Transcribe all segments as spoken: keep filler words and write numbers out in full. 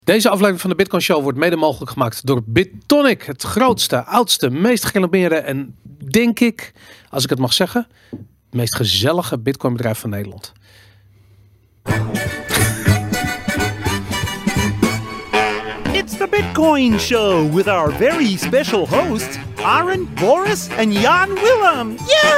Deze aflevering van de Bitcoin Show wordt mede mogelijk gemaakt door BitTonic. Het grootste, oudste, meest gerenommeerde en, denk ik, als ik het mag zeggen, het meest gezellige Bitcoin bedrijf van Nederland. It's the Bitcoin Show with our very special hosts, Aaron, Boris en Jan Willem.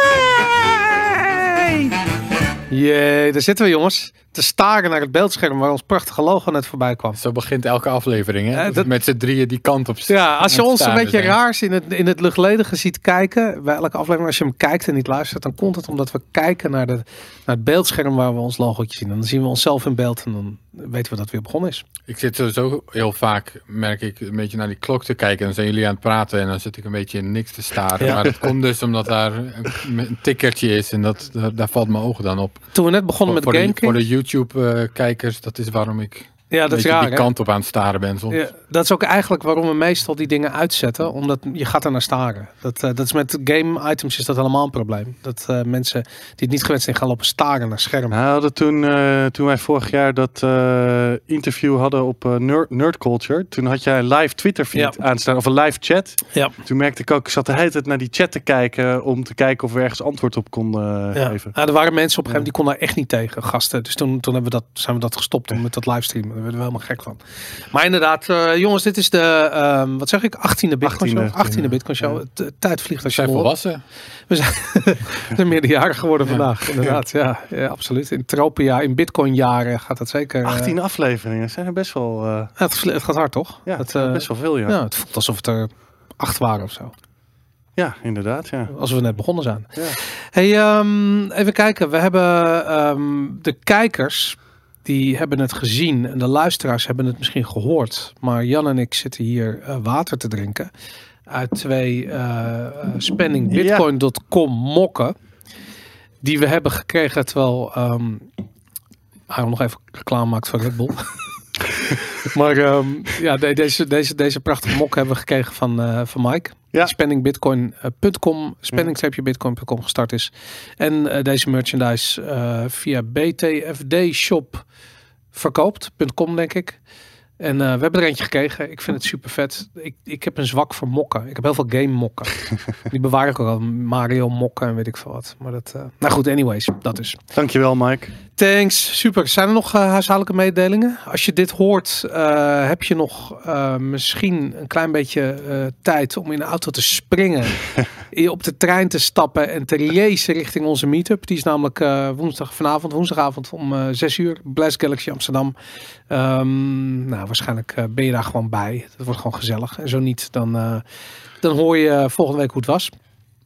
Yay! Jee, daar zitten we, jongens. Te staren naar het beeldscherm waar ons prachtige logo net voorbij kwam. Zo begint elke aflevering, hè? Uh, dat... Met z'n drieën die kant op. Ja, als je ons een beetje zijn. raars in het, in het luchtledige ziet kijken, bij elke aflevering, als je hem kijkt en niet luistert, dan komt het omdat we kijken naar, de, naar het beeldscherm waar we ons logootje zien. En dan zien we onszelf in beeld en dan weten we dat het weer begonnen is. Ik zit sowieso heel vaak, merk ik, een beetje naar die klok te kijken. En dan zijn jullie aan het praten en dan zit ik een beetje in niks te staren. Ja. Maar dat komt dus omdat daar een, een tikkertje is en dat, daar, daar valt mijn ogen dan op. Toen we net begonnen voor, met voor Game de, Voor de YouTube-kijkers, uh, dat is waarom ik ja, dat is raar, die hè? kant op aan het staren ben soms. Ja, dat is ook eigenlijk waarom we meestal die dingen uitzetten, omdat je gaat er naar staren. Dat, uh, dat is met game items is dat helemaal een probleem. Dat uh, mensen die het niet gewend zijn gaan lopen staren naar schermen. Nou, we hadden toen, uh, toen wij vorig jaar dat uh, interview hadden op uh, Nerd, Nerd Culture, toen had jij een live Twitter feed ja. aanstaan, of een live chat. Ja. Toen merkte ik ook, ik zat de hele tijd naar die chat te kijken om te kijken of we ergens antwoord op konden uh, ja. geven. Ja, er waren mensen op een gegeven moment die konden daar echt niet tegen, gasten. Dus toen, toen hebben we dat, zijn we dat gestopt om met dat livestreamen. Daar werden we helemaal gek van. Maar inderdaad, uh, jongens, dit is de, um, wat zeg ik, achttiende Bitcoin Show. achttiende Bitcoin Show. Ja. De tijd vliegt als je je zijn volwassen. We zijn, we zijn meerderjarig geworden ja. vandaag, inderdaad. Ja, ja, absoluut. In tropenjaar, in Bitcoin jaren gaat dat zeker. Uh, achttien afleveringen, zijn er best wel... Uh... Ja, het, het gaat hard, toch? Ja, het, uh, best wel veel, ja. ja. Het voelt alsof het er acht waren of zo. Ja, inderdaad, ja. Als we net begonnen zijn. Ja. Hey, um, even kijken. We hebben um, de kijkers... Die hebben het gezien en de luisteraars hebben het misschien gehoord. Maar Jan en ik zitten hier uh, water te drinken. Uit twee uh, spending bitcoin punt com mokken. Die we hebben gekregen terwijl... Um, hij nog even reclame maakt van Red Bull. maar um, ja, de, deze, deze, deze prachtige mok hebben we gekregen van, uh, van Mike. Ja. spending bitcoin punt com, spending bitcoin punt com gestart is. En uh, deze merchandise uh, via B T F D shop verkoopt, .com denk ik. En uh, we hebben er eentje gekregen. Ik vind het super vet. Ik, ik heb een zwak voor mokken. Ik heb heel veel game mokken. Die bewaar ik ook al. Mario mokken en weet ik veel wat. Maar dat, uh... nou goed, anyways, dat is. Dankjewel, Mike. Thanks, super. Zijn er nog uh, huishoudelijke mededelingen? Als je dit hoort, uh, heb je nog uh, misschien een klein beetje uh, tijd om in de auto te springen, op de trein te stappen en te racen richting onze meetup. Die is namelijk uh, woensdag vanavond, woensdagavond om uh, zes uur. Blast Galaxy Amsterdam. Um, nou, waarschijnlijk uh, ben je daar gewoon bij. Dat wordt gewoon gezellig. En zo niet, dan, uh, dan hoor je uh, volgende week hoe het was.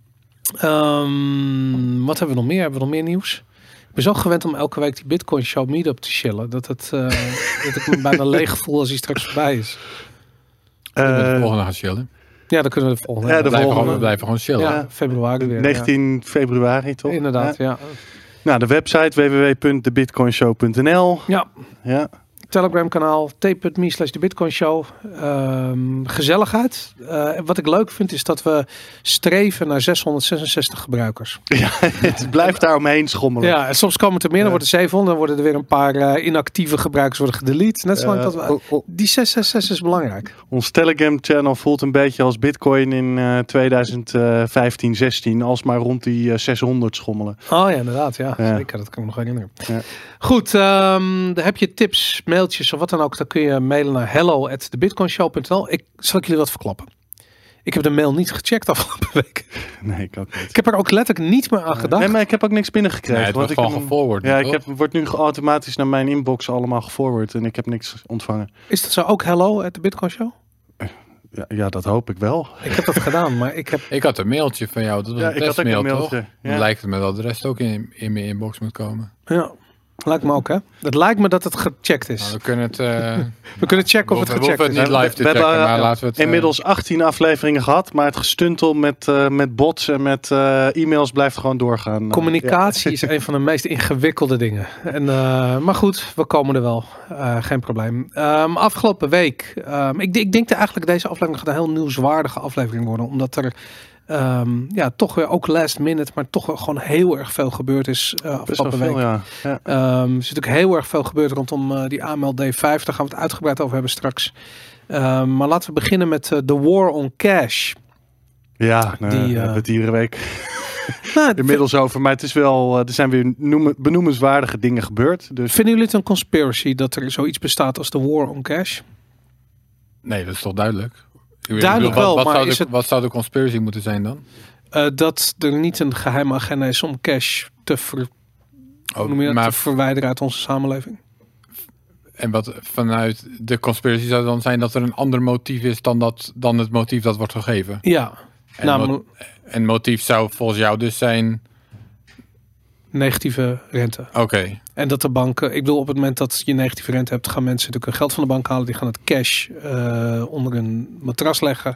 Um, wat hebben we nog meer? Hebben we nog meer nieuws? Ik ben zo gewend om elke week die Bitcoin Show meetup te chillen. Dat, het, uh, dat ik me bijna leeg voel als hij straks voorbij is. Uh, we de volgende gaan chillen. Ja, dan kunnen we de volgende. Ja, de we, blijven volgende. gewoon, we blijven gewoon chillen. Ja, februari weer. negentien ja. februari, toch? Inderdaad, ja. ja. Nou, de website w w w punt de bitcoin show punt n l. Ja. Ja. Telegram kanaal t punt m e slash de Bitcoin Show. Um, gezelligheid. Uh, wat ik leuk vind is dat we streven naar zeshonderdzesenzestig gebruikers. Ja, het blijft daar omheen schommelen. Ja, en soms komen het er meer, dan ja. wordt het zevenhonderd, dan worden er weer een paar uh, inactieve gebruikers worden gedelete. Net zolang uh, dat we, oh, oh. Die zeshonderdzesenzestig is belangrijk. Ons Telegram channel voelt een beetje als Bitcoin in uh, twintig vijftien zestien, als maar rond die uh, zeshonderd schommelen. Oh ja, inderdaad. Ja, ja. Zeker, dat kan ik me nog herinneren. Ja. Goed, um, dan heb je tips, mailtjes of wat dan ook, dan kun je mailen naar hello at the bitcoin show punt n l. Ik zal ik jullie wat verklappen. Ik heb de mail niet gecheckt afgelopen week. Nee, ik ook niet. Ik heb er ook letterlijk niet meer aan gedacht. Nee, maar ik heb ook niks binnengekregen. Nee, het wordt gewoon geforward. Ja, ik heb, wordt nu automatisch naar mijn inbox allemaal geforward en ik heb niks ontvangen. Is dat zo ook hello at the Bitcoin Show? Ja, ja, dat hoop ik wel. Ik heb dat gedaan, maar ik heb... Ik had een mailtje van jou, dat was ja, een testmail, toch? Ja. Dan lijkt het me dat de rest ook in, in mijn inbox moet komen. Ja. Lijkt me ook, hè? Het lijkt me dat het gecheckt is. Nou, we kunnen het... Uh, we kunnen checken of we, het gecheckt we is. Het niet live te we checken, hebben maar laten we het... inmiddels achttien afleveringen gehad, maar het gestuntel met, uh, met bots en met uh, e-mails blijft gewoon doorgaan. Communicatie ja. is een van de meest ingewikkelde dingen. En, uh, maar goed, we komen er wel. Uh, geen probleem. Um, afgelopen week... Um, ik, ik denk dat eigenlijk deze aflevering gaat een heel nieuwswaardige aflevering worden. Omdat er Um, ja, toch weer ook last minute, maar toch wel gewoon heel erg veel gebeurd is uh, afgelopen week. Ja. Ja. Um, er is natuurlijk heel erg veel gebeurd rondom uh, die A M L D vijf. Daar gaan we het uitgebreid over hebben straks. Um, maar laten we beginnen met uh, The War on Cash. Ja, die, uh, we hebben het iedere week nou, inmiddels over. Maar het is wel, er zijn weer noemen, benoemenswaardige dingen gebeurd. Dus. Vinden jullie het een conspiracy dat er zoiets bestaat als The War on Cash? Nee, dat is toch duidelijk? Duidelijk bedoel, wel, wat, wat, maar zou is de, het... wat zou de conspiracy moeten zijn dan? Uh, dat er niet een geheime agenda is om cash te, ver... oh, noem je dat, maar... te verwijderen uit onze samenleving. En wat vanuit de conspiracy zou dan zijn dat er een ander motief is dan, dat, dan het motief dat wordt gegeven? Ja. En, nou, mo- en motief zou volgens jou dus zijn... negatieve rente. Oké. Okay. En dat de banken, ik bedoel op het moment dat je negatieve rente hebt, gaan mensen natuurlijk hun geld van de bank halen. Die gaan het cash uh, onder een matras leggen.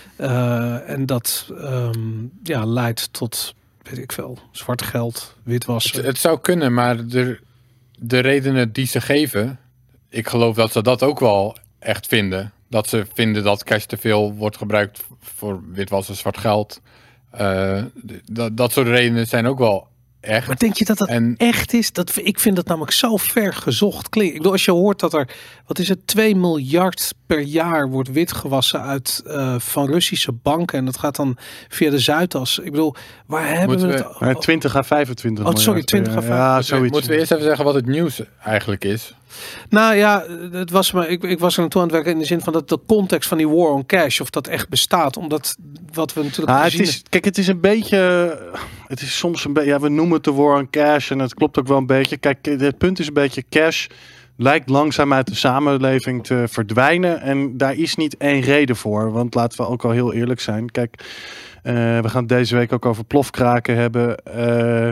Uh, en dat um, ja, leidt tot, weet ik veel, zwart geld, witwassen. Het, het zou kunnen, maar de, de redenen die ze geven, ik geloof dat ze dat ook wel echt vinden. Dat ze vinden dat cash te veel wordt gebruikt voor witwassen, zwart geld. Uh, dat, dat soort redenen zijn ook wel echt. Maar denk je dat dat en, echt is? Dat, ik vind dat namelijk zo ver gezocht klinkt. Ik bedoel, als je hoort dat er, wat is het, twee miljard per jaar wordt witgewassen uit uh, van Russische banken. En dat gaat dan via de Zuidas. Ik bedoel, waar hebben moeten we het? We, twintig à vijfentwintig. Oh, sorry, twintig à vijfentwintig. Ja, zoiets. Moeten we eerst even zeggen wat het nieuws eigenlijk is? Nou ja, het was maar, ik, ik was er naartoe aan het werken in de zin van dat de context van die war on cash, of dat echt bestaat. Omdat wat we natuurlijk ah, het is, kijk, het is een beetje, het is soms een beetje, ja, we noemen het de war on cash en het klopt ook wel een beetje. Kijk, het punt is een beetje, cash lijkt langzaam uit de samenleving te verdwijnen en daar is niet één reden voor. Want laten we ook wel heel eerlijk zijn. Kijk, uh, we gaan het deze week ook over plofkraken hebben. Uh,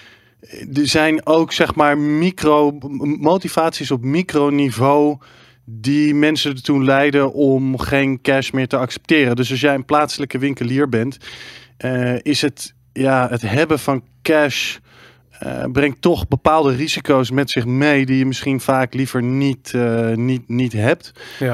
Er zijn ook, zeg maar, micro motivaties op microniveau die mensen ertoe leiden om geen cash meer te accepteren. Dus als jij een plaatselijke winkelier bent, uh, is het, ja, het hebben van cash uh, brengt toch bepaalde risico's met zich mee die je misschien vaak liever niet, uh, niet, niet hebt. Ja,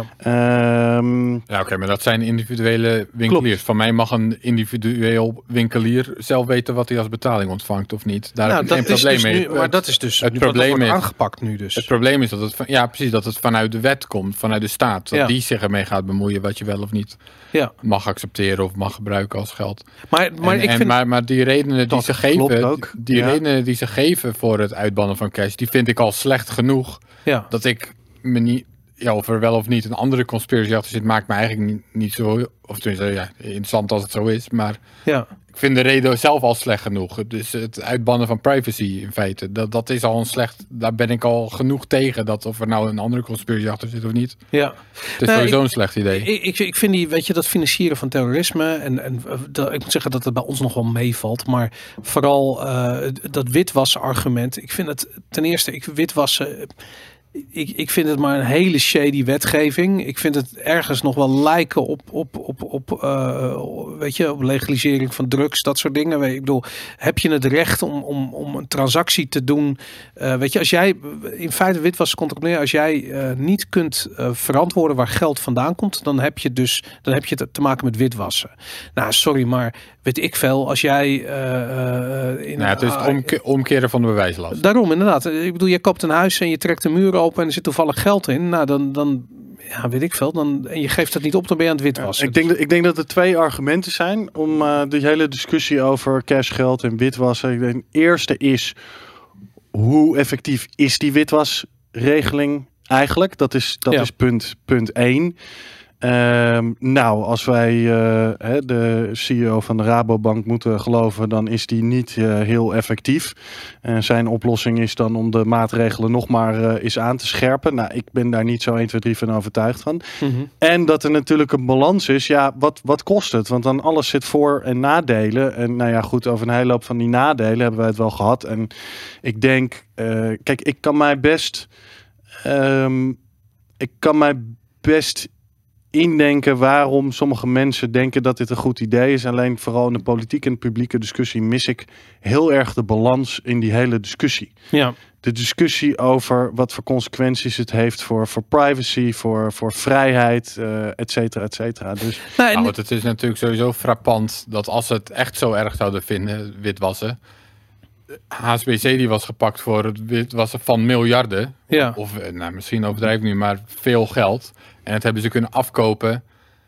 um, ja oké, okay, maar dat zijn individuele winkeliers. Klopt. Van mij mag een individueel winkelier zelf weten wat hij als betaling ontvangt of niet. Daar nou, heb ik geen probleem dus mee. Nu, maar dat is dus het nu, probleem wordt is aangepakt nu dus. Het probleem is dat het van, ja precies dat het vanuit de wet komt, vanuit de staat, dat ja. die zich ermee gaat bemoeien wat je wel of niet ja. mag accepteren of mag gebruiken als geld. Maar, maar en, ik en, vind maar, maar die redenen die ze geven, ook. die ja. redenen die ze geven voor het uitbannen van cash, die vind ik al slecht genoeg ja. dat ik me niet, ja, of er wel of niet een andere conspiracy achter zit, maakt me eigenlijk niet, niet zo, of tenminste, ja, interessant als het zo is, maar ja. ik vind de reden zelf al slecht genoeg. Dus het uitbannen van privacy in feite, dat, dat is al een slecht, daar ben ik al genoeg tegen, dat of er nou een andere conspiracy achter zit of niet. Ja. Het is nee, sowieso ik, een slecht idee. Ik, ik, ik vind die, weet je, dat financieren van terrorisme en, en dat, ik moet zeggen dat het bij ons nog wel meevalt, maar vooral uh, dat witwassen argument, ik vind het ten eerste, ik witwassen, Ik, ik vind het maar een hele shady wetgeving. Ik vind het ergens nog wel lijken op, op, op, op, uh, weet je, op legalisering van drugs, dat soort dingen. Ik bedoel, heb je het recht om, om, om een transactie te doen? Uh, weet je, als jij in feite witwassen controleren, als jij uh, niet kunt uh, verantwoorden waar geld vandaan komt, dan heb je dus dan heb je te, te maken met witwassen. Nou, sorry, maar weet ik veel, als jij uh, uh, in nou, het is het omke- omkeren van de bewijslast. Daarom, inderdaad. Ik bedoel, je koopt een huis en je trekt de muur open en er zit toevallig geld in. Nou, dan, dan ja, weet ik veel. Dan, en je geeft het niet op, dan ben je aan het witwassen. Ja, ik, denk dat, ik denk dat er twee argumenten zijn om uh, de hele discussie over cashgeld en witwassen. Ik denk, het eerste is, hoe effectief is die witwasregeling eigenlijk? Dat is, dat ja. is punt, punt één. Um, nou, als wij uh, de C E O van de Rabobank moeten geloven, dan is die niet uh, heel effectief. En zijn oplossing is dan om de maatregelen nog maar uh, eens aan te scherpen. Nou, ik ben daar niet zo één, twee, drie van overtuigd van. Mm-hmm. En dat er natuurlijk een balans is. Ja, wat, wat kost het? Want dan alles zit voor- en nadelen. En nou ja, goed, over een hele hoop van die nadelen hebben wij het wel gehad. En ik denk, uh, kijk, ik kan mij best... Um, ik kan mij best... indenken waarom sommige mensen denken dat dit een goed idee is. Alleen vooral in de politieke en publieke discussie mis ik heel erg de balans in die hele discussie. Ja. De discussie over wat voor consequenties het heeft voor, voor privacy, voor, voor vrijheid, uh, et cetera, et cetera. Dus, Nou, en- Nou, want het is natuurlijk sowieso frappant dat als ze het echt zo erg zouden vinden, witwassen. H S B C die was gepakt voor het witwassen van miljarden. Ja. Of eh, nou, misschien overdrijf ik nu, maar veel geld. En dat hebben ze kunnen afkopen.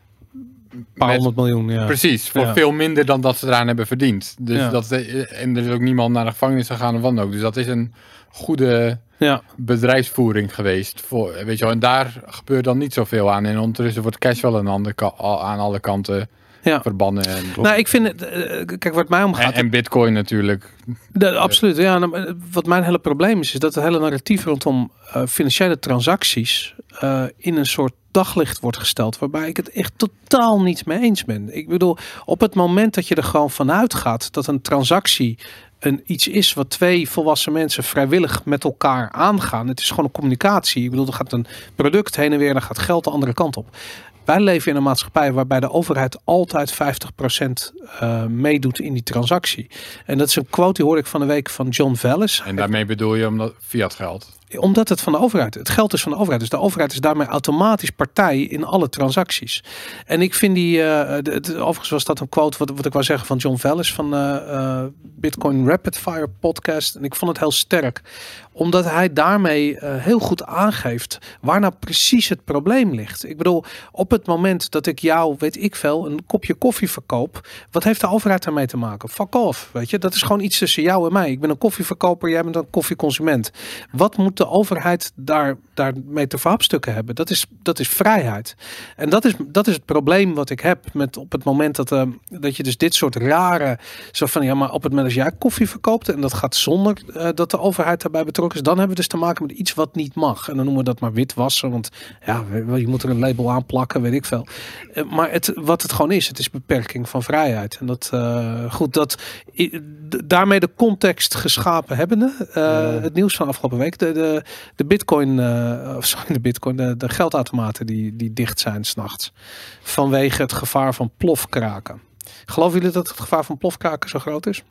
een paar met- honderd miljoen, ja. Precies, voor Ja. veel minder dan dat ze eraan hebben verdiend. Dus Ja. dat, eh, en er is ook niemand naar de gevangenis gegaan of wat dan ook. Dus dat is een goede Ja. bedrijfsvoering geweest. Voor, weet je wel, en daar gebeurt dan niet zoveel aan. En ondertussen wordt cash wel aan, de andere ka- aan alle kanten Ja. verbannen. En, Nou, ik vind het, eh, kijk, wat mij en, omgaat, en bitcoin natuurlijk. de, absoluut. Ja, nou, wat mijn hele probleem is, is dat het hele narratief rondom eh, financiële transacties eh, in een soort daglicht wordt gesteld, waarbij ik het echt totaal niet mee eens ben. Ik bedoel, op het moment dat je er gewoon vanuit gaat dat een transactie een iets is wat twee volwassen mensen vrijwillig met elkaar aangaan. Het is gewoon een communicatie. Ik bedoel, er gaat een product heen en weer, dan gaat geld de andere kant op. Wij leven in een maatschappij waarbij de overheid altijd vijftig procent uh, meedoet in die transactie. En dat is een quote die hoorde ik van de week van John Vallis. En daarmee bedoel je omdat fiat geld. Omdat het van de overheid, het geld is van de overheid. Dus de overheid is daarmee automatisch partij in alle transacties. En ik vind die, uh, de, de, overigens was dat een quote wat, wat ik wou zeggen van John Vallis van uh, uh, Bitcoin Rapid Fire podcast. En ik vond het heel sterk. Omdat hij daarmee uh, heel goed aangeeft waar nou precies het probleem ligt. Ik bedoel, op het moment dat ik jou, weet ik veel, een kopje koffie verkoop. Wat heeft de overheid daarmee te maken? Fuck off, weet je. Dat is gewoon iets tussen jou en mij. Ik ben een koffieverkoper, jij bent een koffieconsument. Wat moet de overheid daar, daarmee te verhapstukken hebben? Dat is, dat is vrijheid. En dat is, dat is het probleem wat ik heb met op het moment dat, uh, dat je dus dit soort rare, zo van ja, maar op het moment dat jij koffie verkoopt en dat gaat zonder uh, dat de overheid daarbij betrokken is, dan hebben we dus te maken met iets wat niet mag. En dan noemen we dat maar witwassen, want ja, je moet er een label aan plakken, weet ik veel. Uh, maar het, wat het gewoon is, het is beperking van vrijheid. En dat, uh, goed, dat i, d- daarmee de context geschapen hebbende, uh, ja. Het nieuws van afgelopen week, de, de, de bitcoin, uh, sorry, de bitcoin, de, de geldautomaten die, die dicht zijn 's nachts. Vanwege het gevaar van plofkraken. Geloven jullie dat het gevaar van plofkraken zo groot is?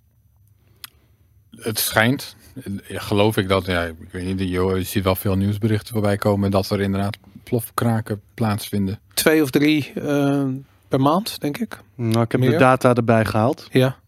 Het schijnt. Ja, geloof ik dat, ja, ik weet niet, je ziet wel veel nieuwsberichten voorbij komen dat er inderdaad plofkraken plaatsvinden. Twee of drie uh, per maand, denk ik. Nou, ik heb Meer? de data erbij gehaald. Ja.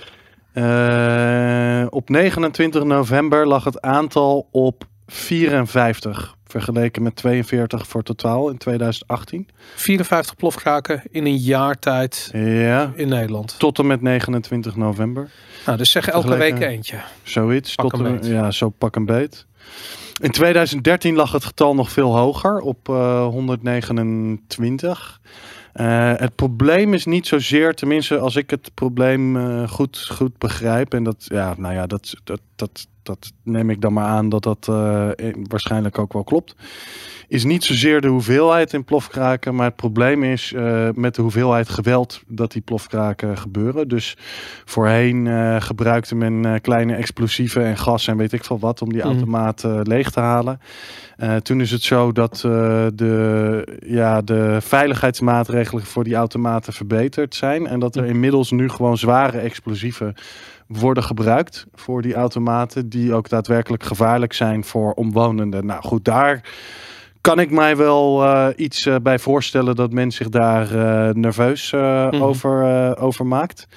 Uh, op negenentwintig november lag het aantal op vierenvijftig. Vergeleken met tweeënveertig voor totaal in tweeduizend achttien. vierenvijftig plofkraken in een jaar tijd Ja. in Nederland. Tot en met negenentwintig november. Nou, dus zeg elke week Vergeleken- eentje. Zoiets. Pak tot een en- beet. Ja, zo pak een beet. In tweeduizend dertien lag het getal nog veel hoger, op uh, honderdnegenentwintig. Uh, het probleem is niet zozeer, tenminste als ik het probleem uh, goed, goed begrijp. En dat, ja, nou ja, dat, dat, dat, dat neem ik dan maar aan dat dat uh, waarschijnlijk ook wel klopt. Is niet zozeer de hoeveelheid in plofkraken, maar het probleem is uh, met de hoeveelheid geweld dat die plofkraken gebeuren. Dus voorheen uh, gebruikte men uh, kleine explosieven en gas en weet ik veel wat om die Mm. automaat uh, leeg te halen. Uh, toen is het zo dat uh, de, ja, de veiligheidsmaatregelen voor die automaten verbeterd zijn. En dat er inmiddels nu gewoon zware explosieven worden gebruikt voor die automaten, die ook daadwerkelijk gevaarlijk zijn voor omwonenden. Nou goed, daar kan ik mij wel uh, iets uh, bij voorstellen dat men zich daar uh, nerveus uh, Mhm. over, uh, over maakt.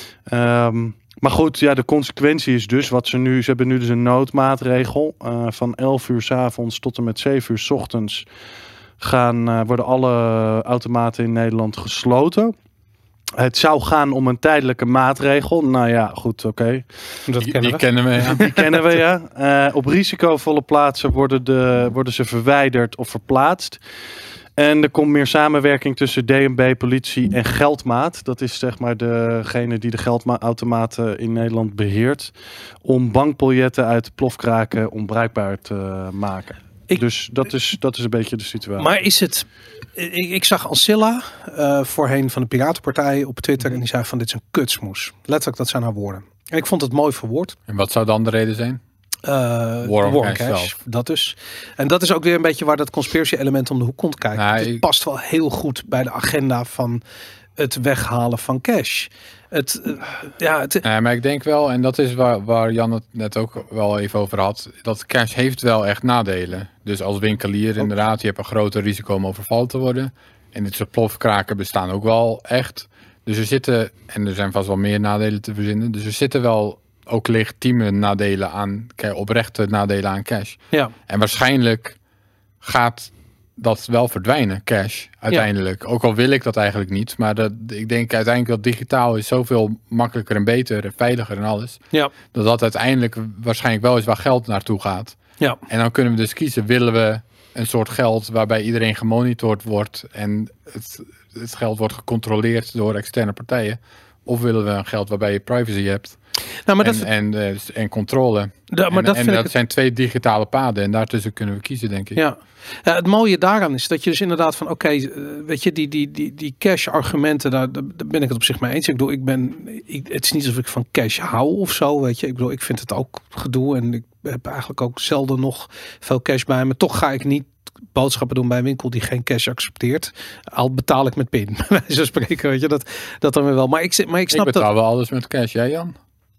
Um, maar goed, ja, de consequentie is dus wat ze nu, ze hebben nu dus een noodmaatregel uh, van elf uur 's avonds tot en met zeven uur 's ochtends gaan, uh, worden alle automaten in Nederland gesloten. Het zou gaan om een tijdelijke maatregel. Nou ja, goed, oké. Okay. Dat Die, kennen die we. kennen we, ja. Die kennen we, ja. Uh, op risicovolle plaatsen worden, de, worden ze verwijderd of verplaatst. En er komt meer samenwerking tussen D N B, politie en Geldmaat. Dat is zeg maar degene die de geldautomaten in Nederland beheert. Om bankbiljetten uit plofkraken onbruikbaar te maken. Ik- dus dat is, dat is een beetje de situatie. Maar is het... Ik, ik zag Ancilla, uh, voorheen van de Piratenpartij, op Twitter. En die zei van dit is een kutsmoes. Letterlijk, dat zijn haar woorden. En ik vond het mooi verwoord. En wat zou dan de reden zijn? Uh, War on War on Cash Cash, zelf. dat dus. En dat is ook weer een beetje waar dat conspiracy element om de hoek komt kijken. Nou, het ik- past wel heel goed bij de agenda van het weghalen van cash. Het, uh, ja, het, Nee, maar ik denk wel, en dat is waar, waar Jan het net ook wel even over had, dat cash heeft wel echt nadelen. Dus als winkelier inderdaad, je hebt een groter risico om overvallen te worden. En dit soort plofkraken bestaan ook wel echt. Dus er zitten, en er zijn vast wel meer nadelen te verzinnen, dus er zitten wel ook legitieme nadelen aan, oprechte nadelen aan cash. ja. En waarschijnlijk gaat dat wel verdwijnen, cash, uiteindelijk. Ook al wil ik dat eigenlijk niet. Maar dat, ik denk uiteindelijk dat digitaal is zoveel makkelijker en beter en veiliger en alles. Ja. Dat dat uiteindelijk waarschijnlijk wel is waar geld naartoe gaat. Ja. En dan kunnen we dus kiezen, willen we een soort geld waarbij iedereen gemonitord wordt en het, het geld wordt gecontroleerd door externe partijen. Of willen we een geld waarbij je privacy hebt Nou, maar en, dat, en, eh, en controle. da, maar en dat en vind ik dat het- zijn twee digitale paden en daartussen kunnen we kiezen, denk ik. Ja. Ja, het mooie daaraan is dat je dus inderdaad van oké, okay, weet je, die, die, die, die cash argumenten, daar, daar ben ik het op zich mee eens. Ik bedoel, ik ben, ik, het is niet alsof ik van cash hou of zo, weet je. Ik bedoel, ik vind het ook gedoe en ik heb eigenlijk ook zelden nog veel cash bij me. Toch ga ik niet boodschappen doen bij een winkel die geen cash accepteert. Al betaal ik met pin, bij wijze van spreken, weet je, dat, dat dan weer wel. Maar ik, zit- maar ik Ik snap betaal dat. wel alles met cash. Jij, Jan?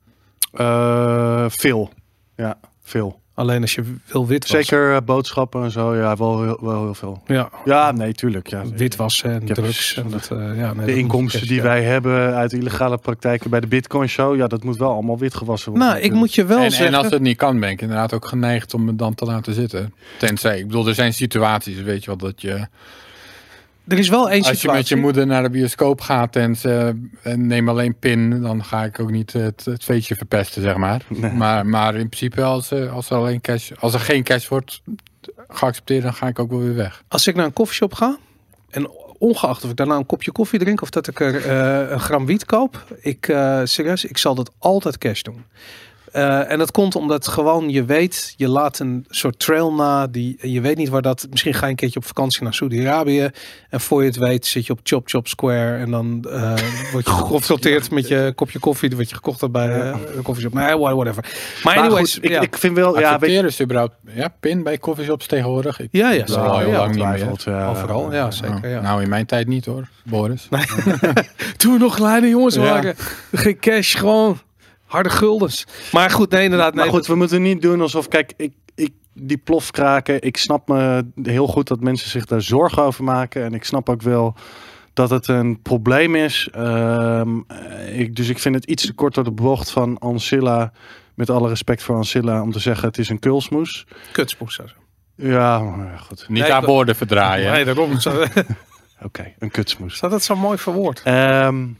Uh, veel. Ja, veel. Alleen als je wil witwassen. Zeker uh, boodschappen en zo. Ja, wel, heel- wel heel veel. Ja, Ja, nee, tuurlijk. Ja. witwassen en Ik heb drugs. En dat, uh, ja, nee, dat De moet inkomsten cash, die ja. wij hebben uit illegale praktijken bij de Bitcoin Show, ja, dat moet wel allemaal witgewassen worden. Nou, ik moet je wel En, zeggen. en als het niet kan, ben ik inderdaad ook geneigd om het dan te laten zitten. Tenzij, ik bedoel, er zijn situaties, weet je wel, dat je... Er is wel één Als je situatie. met je moeder naar de bioscoop gaat en ze en neem alleen pin, dan ga ik ook niet het, het feestje verpesten, zeg maar. Nee. Maar, maar in principe, als, er- als, er alleen cash, als er geen cash wordt geaccepteerd, dan ga ik ook wel weer weg. Als ik naar een koffieshop ga en ongeacht of ik daarna een kopje koffie drink of dat ik er eh, een gram wiet koop, ik uh, serieus, ik zal dat altijd cash doen. Uh, en dat komt omdat gewoon je weet, je laat een soort trail na, die je weet niet waar dat. Misschien ga je een keertje op vakantie naar Saudi-Arabië en voor je het weet zit je op Chop Chop Square en dan uh, word je geconfronteerd met je kopje koffie wat je gekocht hebt bij uh, de koffieshop. Nee, whatever. Maar, Maar anyways, goed, ik, ja. ik vind wel, ja, weet je, Accepteren ze überhaupt ja, pin bij coffeeshops tegenwoordig? Ik, Ja, ja, dat is zeker, al heel ja, lang niet meer. ongetwijfeld, ja. overal, ja, zeker. Ja. Nou, in mijn tijd niet hoor, Boris. Nee. Toen we nog kleine jongens Ja. waren, geen cash, gewoon harde guldens. Maar goed, nee, inderdaad. Nee, maar goed, we moeten niet doen alsof, kijk, ik, ik, die plofkraken, ik snap me heel goed dat mensen zich daar zorgen over maken. En ik snap ook wel dat het een probleem is. Um, ik, dus ik vind het iets te kort door de bocht van Ancilla, met alle respect voor Ancilla, om te zeggen het is een kulsmoes. kutspoes. Oké, Ja, maar ja, goed. Niet Nee, haar dat- woorden verdraaien. nee, daarom. Zo- Oké, een kutsmoes. Staat dat zo mooi verwoord? Um,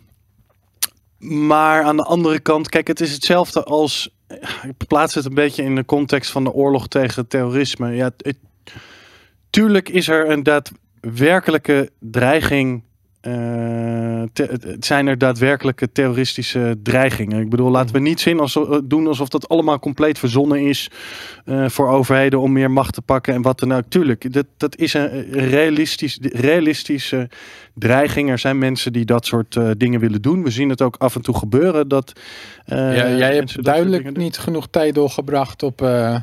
maar aan de andere kant, kijk, het is hetzelfde als... Ik plaats het een beetje in de context van de oorlog tegen terrorisme. Ja, het, tuurlijk is er een daadwerkelijke dreiging... Uh, te, het zijn er daadwerkelijke terroristische dreigingen. Ik bedoel, laten we niet zien alsof, doen alsof dat allemaal compleet verzonnen is uh, voor overheden om meer macht te pakken en wat dan ook. Tuurlijk, dat, dat is een realistisch, realistische dreiging. Er zijn mensen die dat soort uh, dingen willen doen. We zien het ook af en toe gebeuren. Dat, uh, Ja, jij mensen hebt dat duidelijk soort dingen niet genoeg tijd doorgebracht op uh,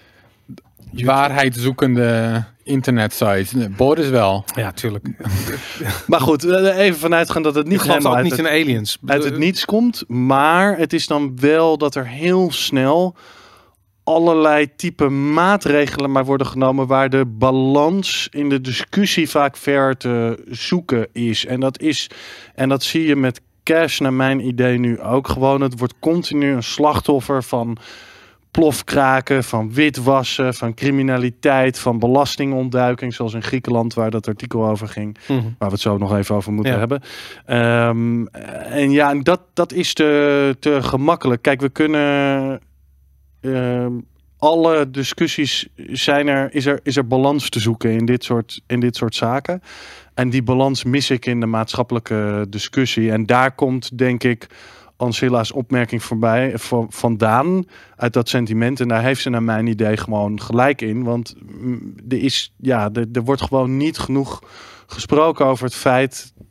waarheidszoekende internetsites. Boris wel. Ja, tuurlijk. doen. Maar goed, uh, even vanuitgaan dat het niet Ik geloof helemaal ook uit niet het- in aliens. uit het niets komt. Maar het is dan wel dat er heel snel allerlei type maatregelen maar worden genomen waar de balans in de discussie vaak ver te zoeken is. En dat is, en dat zie je met cash naar mijn idee nu ook gewoon. Het wordt continu een slachtoffer van plofkraken, van witwassen, van criminaliteit, van belastingontduiking, zoals in Griekenland waar dat artikel over ging. Mhm. Waar we het zo nog even over moeten Ja. hebben. Um, en ja, dat, dat is te, te gemakkelijk. Kijk, we kunnen... Um, alle discussies zijn er, is er, is er balans te zoeken in dit soort, in dit soort zaken. En die balans mis ik in de maatschappelijke discussie. En daar komt, denk ik, Ancilla's opmerking voorbij, v- vandaan uit dat sentiment. En daar heeft ze naar mijn idee gewoon gelijk in. Want mm, er is, ja, er, er wordt gewoon niet genoeg gesproken over het feit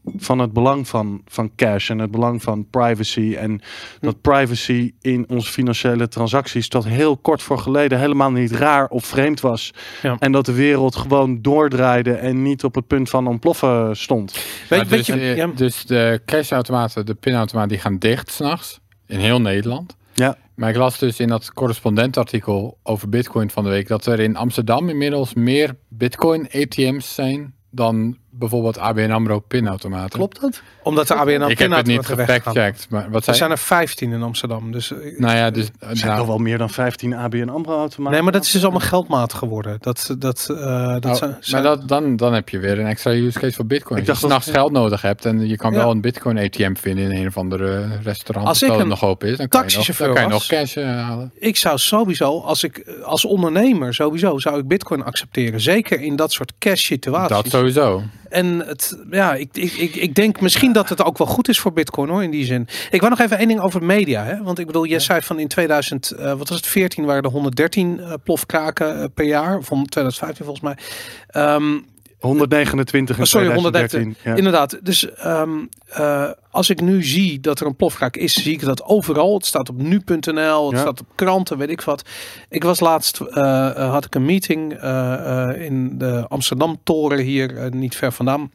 van het belang van, van cash en het belang van privacy. En dat privacy in onze financiële transacties tot heel kort voor geleden helemaal niet raar of vreemd was. Ja. En dat de wereld gewoon doordraaide en niet op het punt van ontploffen stond. Weet, Maar weet dus, je, eh, ja, dus de cashautomaten, de pinautomaten, die gaan dicht s'nachts. In heel Nederland. Ja. Maar ik las dus in dat correspondentartikel over Bitcoin van de week dat er in Amsterdam inmiddels meer Bitcoin-A T M's zijn dan bijvoorbeeld A B N AMRO pinautomaten. Klopt dat? omdat de A B N Ik heb het niet gefactcheckt, maar wat Er zei zijn er vijftien in Amsterdam. Dus, eh, Nou ja, dus Er zijn nou, toch wel meer dan vijftien A B N AMRO-automaten? nee, maar dat is dus allemaal geldmaat geworden. Dat, dat, eh, dat oh, zijn, maar zijn- dat, dan, dan heb je weer een extra use case voor Bitcoin. Ik Als je dacht dat- s'nachts geld nodig hebt en je kan Ja. wel een Bitcoin A T M vinden in een of andere restaurant Als dat ik het een nog open is, dan kan je nog, taxichauffeur dan kan je nog was- cash eh, halen. ik zou sowieso, als ik als ondernemer sowieso, zou ik Bitcoin accepteren. Zeker in dat soort cash situaties. Dat sowieso. En het, ja, ik, ik, ik, ik denk misschien dat het ook wel goed is voor Bitcoin hoor, in die zin. Ik wou nog even één ding over media. Hè? Want ik bedoel, jij zei van in tweeduizend, uh, wat was het, veertien waren er honderddertien uh, plofkraken uh, per jaar. Of om tweeduizend vijftien volgens mij. Um, honderdnegenentwintig in Oh, sorry, tweeduizend dertien. honderddertien. Ja. Inderdaad. Dus um, uh, als ik nu zie dat er een plofkraak is, zie ik dat overal. Het staat op nu punt n l, het Ja. staat op kranten, weet ik wat. Ik was laatst, uh, uh, had ik een meeting uh, uh, in de Amsterdam-toren hier, uh, niet ver vandaan.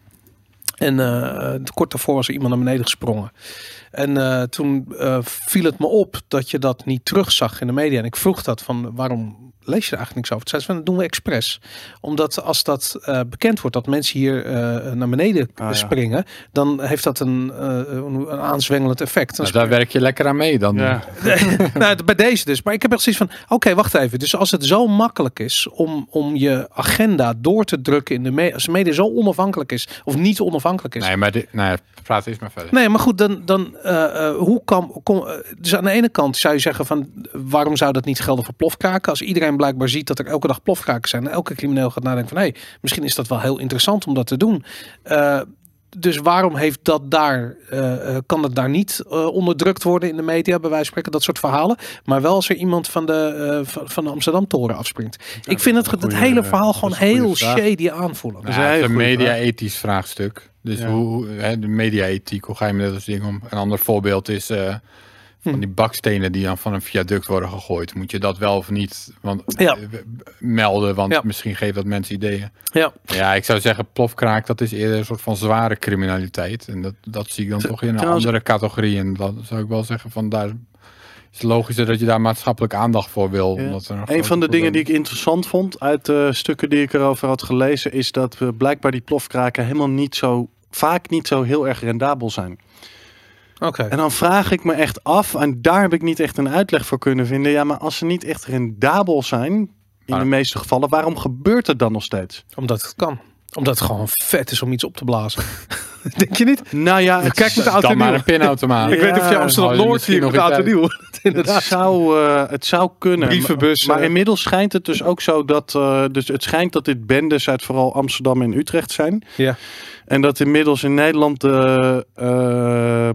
En uh, kort daarvoor was er iemand naar beneden gesprongen. En uh, toen uh, viel het me op dat je dat niet terugzag in de media. En ik vroeg dat van waarom lees je er eigenlijk niks over? Toen zei ze van, dat doen we expres. Omdat als dat uh, bekend wordt dat mensen hier uh, naar beneden Ah, springen, ja. dan heeft dat een, uh, een aanzwengelend effect. Dan Nou, daar werk je lekker aan mee dan. Ja. nou, bij deze dus. Maar ik heb echt zoiets van, oké, okay, wacht even. Dus als het zo makkelijk is om, om je agenda door te drukken in de media, als de media zo onafhankelijk is, of niet onafhankelijk is. Nee, maar dit, nou ja, praat eens maar verder. Nee, maar goed, dan, dan uh, uh, hoe kan, kom, uh, dus aan de ene kant zou je zeggen van, waarom zou dat niet gelden voor plofkraken? Als iedereen blijkbaar ziet dat er elke dag plofkraken zijn en elke crimineel gaat nadenken van, hé, hey, misschien is dat wel heel interessant om dat te doen. Uh, Dus waarom heeft dat daar, uh, kan dat daar niet uh, onderdrukt worden in de media, bij wijze van spreken, dat soort verhalen. Maar wel als er iemand van de, uh, van, van de Amsterdam-toren afspringt. Ja, ik vind het, het goeie, hele verhaal gewoon heel vraag. shady aanvoelen. Nou, is een het is hele een goede media-ethisch vraagstuk. Dus Ja. hoe, hè, de media-ethiek, hoe ga je met dat soort dingen om? Een ander voorbeeld is uh, van Hm. die bakstenen die dan van een viaduct worden gegooid. Moet je dat wel of niet want, Ja. uh, melden, want Ja. misschien geeft dat mensen ideeën. Ja. Ja, ik zou zeggen, plofkraak, dat is eerder een soort van zware criminaliteit. En dat, dat zie ik dan T- toch in een trouwens- andere categorie. En dat zou ik wel zeggen, van daar is het logischer dat je daar maatschappelijk aandacht voor wil. Ja. Omdat er Een van de dingen die ik interessant vond uit de stukken die ik erover had gelezen, is dat we blijkbaar die plofkraken helemaal niet zo, vaak niet zo heel erg rendabel zijn. Oké. Okay. En dan vraag ik me echt af, en daar heb ik niet echt een uitleg voor kunnen vinden. Ja, maar als ze niet echt rendabel zijn, in Maar- de meeste gevallen, waarom gebeurt het dan nog steeds? Omdat het kan. Omdat het gewoon vet is om iets op te blazen. Denk je niet? Nou ja, het, Kijk met de auto dan maar nieuw. een pinautomaat. Ik weet niet of je Ja, Amsterdam hou je Noord misschien hier met nog de auto iets nieuw. het, Inderdaad. zou, uh, het zou kunnen. Brievenbus, Maar uh, inmiddels schijnt het dus ook zo dat, uh, dus het schijnt dat dit bendes uit vooral Amsterdam en Utrecht zijn. Ja. En dat inmiddels in Nederland de uh,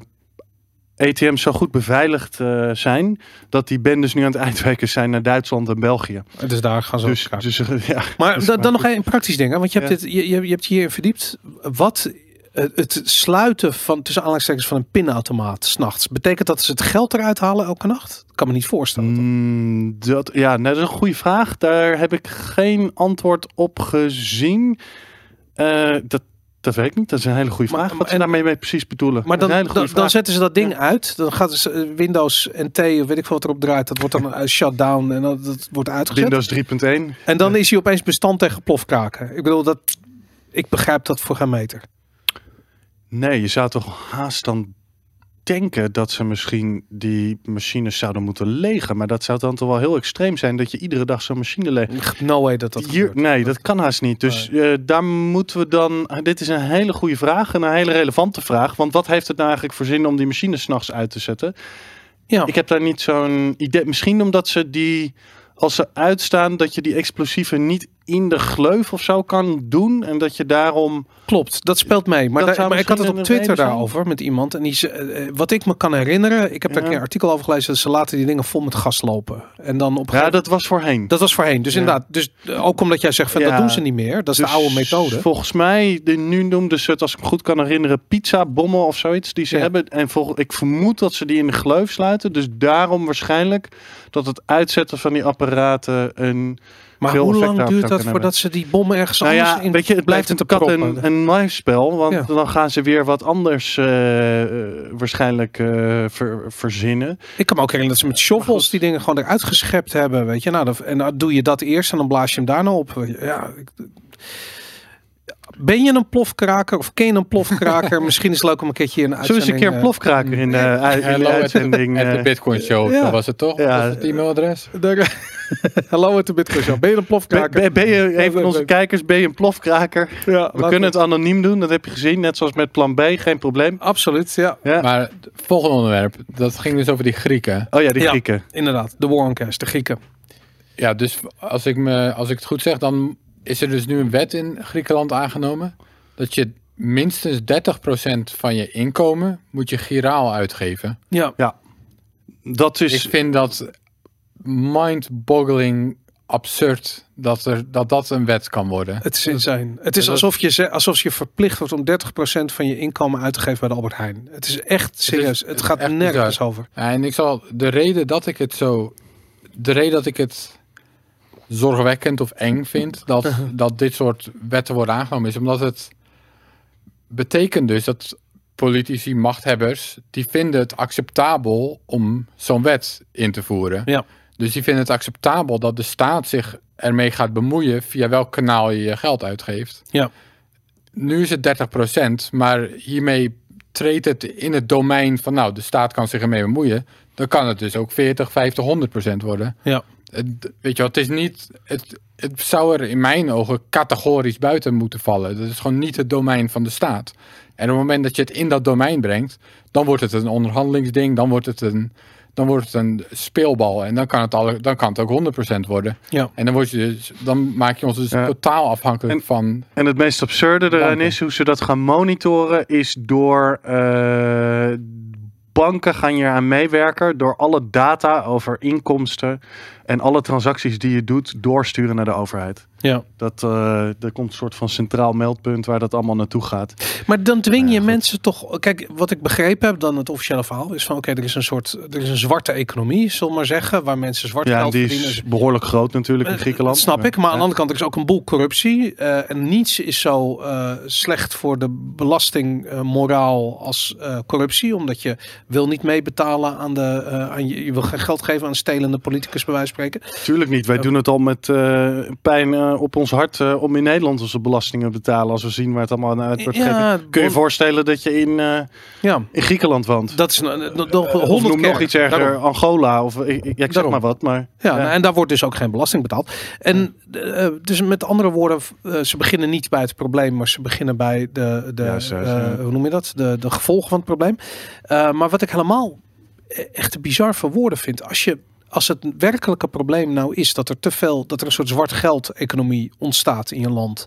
A T M's zo goed beveiligd uh, zijn, dat die bendes nu aan het uitwijken zijn naar Duitsland en België. Dus daar gaan ze Dus, ook dus uh, ja. Maar Dus, da, dan nog een praktisch ding. Hè? Want je hebt, Ja. dit, je, je, je hebt hier verdiept. Wat het, het sluiten van, tussen aanhalingstekens, van een pinautomaat 's nachts. Betekent dat ze het geld eruit halen elke nacht? Ik kan me niet voorstellen. toch? Mm, dat, ja, nou, dat is een goede vraag. Daar heb ik geen antwoord op gezien. Uh, dat, dat weet ik niet. Dat is een hele goede Maar- vraag. Wat ze en- daarmee mee precies bedoelen. Maar Dat dan, is een hele dan, goede dan vraag. zetten ze dat ding uit. Dan gaat dus uh, Windows N T of weet ik veel wat erop draait. Dat wordt dan uh, shut down en dat, dat wordt uitgezet. Windows drie punt één. En dan is hij opeens bestand tegen plofkraken. Ik bedoel, dat, ik begrijp dat voor geen meter. Nee, je zou toch haast dan denken dat ze misschien die machines zouden moeten legen. Maar dat zou dan toch wel heel extreem zijn dat je iedere dag zo'n machine leegt. No way dat dat Hier, gebeurt. nee, dat kan haast niet. Dus uh, daar moeten we dan... Dit is een hele goede vraag en een hele relevante vraag. Want wat heeft het nou eigenlijk voor zin om die machines 's nachts uit te zetten? Ja. Ik heb daar niet zo'n idee. Misschien omdat ze die... Als ze uitstaan, dat je die explosieven niet in de gleuf of zo kan doen. En dat je daarom... Klopt, dat speelt mee. Maar, Dat daar, zou maar ik had het op misschien een Twitter reden zijn. daarover met iemand. En die ze, eh, wat ik me kan herinneren, ik heb daar Ja. een keer een artikel over gelezen, dat ze laten die dingen vol met gas lopen. En dan op een Ja, gegeven- dat was voorheen. dat was voorheen. Dus Ja. inderdaad, dus eh, ook omdat jij zegt van Ja. dat doen ze niet meer. Dat is Dus de oude methode. Volgens mij, de, nu noemden ze het, als ik me goed kan herinneren, pizza bommen of zoiets die ze Ja. hebben. En volg, ik vermoed dat ze die in de gleuf sluiten. Dus daarom waarschijnlijk dat het uitzetten van die apparaten een Maar veel hoe effect lang daarop duurt zou dat kunnen voordat ze die bommen ergens Nou anders ja, in... weet je, het blijft het een te kat en proppen? een muisspel. Want Ja. dan gaan ze weer wat anders eh, eh, waarschijnlijk eh, ver- verzinnen. Ik kan me ook herinneren dat ze met shovels die dingen gewoon eruit geschept hebben. Weet je, nou, dat, en dan doe je dat eerst en dan blaas je hem daarna op. Ja, ik, ben je een plofkraker of ken je een plofkraker? Misschien is het leuk om een keertje in een Zullen we eens een keer een uitzending, plofkraker in de, uit- in de Hallo, at the- uitzending? at the eh, Bitcoin Show, Ja. zo was het toch? Ja. Was het e-mailadres? eh, daar- Hallo met de Bitcoin Show. Ben je een ben, plofkraker? ben- ben je, een van onze kijkers, ben je een plofkraker? Ja, We kunnen het anoniem doen, dat heb je gezien. Net zoals met plan B, geen probleem. Absoluut, ja. Ja. Maar het volgende onderwerp, dat ging dus over die Grieken. Oh ja, die Ja. Grieken. Inderdaad, de war on cash, de Grieken. Ja, dus als ik, me, als ik het goed zeg, dan is er dus nu een wet in Griekenland aangenomen. Dat je minstens dertig procent van je inkomen moet je giraal uitgeven. Ja, Dat is... Ik vind dat mind-boggling absurd dat, er, dat dat een wet kan worden. het is insane. Het is dat- alsof je, ze- alsof je verplicht wordt om dertig procent van je inkomen uit te geven bij de Albert Heijn. Het is echt serieus. Het, het is gaat echt nergens bizar. over. Ja, en ik zal de reden dat ik het zo, de reden dat ik het zorgwekkend of eng vind dat, dat dit soort wetten worden aangenomen is omdat het betekent dus dat politici, machthebbers, die vinden het acceptabel om zo'n wet in te voeren. Ja. Dus die vinden het acceptabel dat de staat zich ermee gaat bemoeien via welk kanaal je je geld uitgeeft. Ja. Nu is het dertig procent, maar hiermee treedt het in het domein van, nou, de staat kan zich ermee bemoeien. Dan kan het dus ook veertig, vijftig, honderd procent worden. Ja. Het, weet je wat, het is niet, het, het zou er in mijn ogen categorisch buiten moeten vallen. Dat is gewoon niet het domein van de staat. En op het moment dat je het in dat domein brengt, dan wordt het een onderhandelingsding, dan wordt het een, dan wordt het een speelbal. En dan kan het, al, dan kan het ook honderd procent worden. Ja. En dan, word je dus, dan maak je ons dus Ja. totaal afhankelijk En- van... En het meest absurde eraan Banken. is hoe ze dat gaan monitoren, is door eh, banken gaan hier aan meewerken door alle data over inkomsten en alle transacties die je doet doorsturen naar de overheid. Ja. Dat uh, er komt een soort van centraal meldpunt waar dat allemaal naartoe gaat. Maar dan dwing je Ja, goed. mensen toch... Kijk, wat ik begrepen heb dan het officiële verhaal is van... Oké, er is een soort... Er is een zwarte economie, zullen we maar zeggen. Waar mensen zwart Ja, en geld die verdienen. is behoorlijk groot natuurlijk in Eh, Griekenland. Dat snap ik. Maar aan de Ja. andere kant er is ook een boel corruptie. Uh, en niets is zo uh, slecht voor de belastingmoraal als uh, corruptie. Omdat je wil niet meebetalen aan de... Uh, aan je, je wil geen geld geven aan een stelende politicus bij wijze van spreken. Tuurlijk niet. Wij doen het al met uh, pijn uh, op ons hart uh, om in Nederland onze belastingen te betalen. Als we zien waar het allemaal naar uit wordt Ja, gegeven. Kun je je voorstellen dat je in, uh, ja. in Griekenland woont? Dat is nog uh, of honderd noem keer. nog iets erger, Daarom. Angola of ik, ik zeg Daarom. maar wat. Maar, Ja, ja. nou, en daar wordt dus ook geen belasting betaald. En uh, dus met andere woorden, uh, ze beginnen niet bij het probleem, maar ze beginnen bij de, de Ja, zo, uh, zo. hoe noem je dat? De, de gevolgen van het probleem. Uh, maar wat ik helemaal echt te bizar voor woorden vind, als je als het werkelijke probleem nou is dat er te veel, dat er een soort zwart geld economie ontstaat in je land.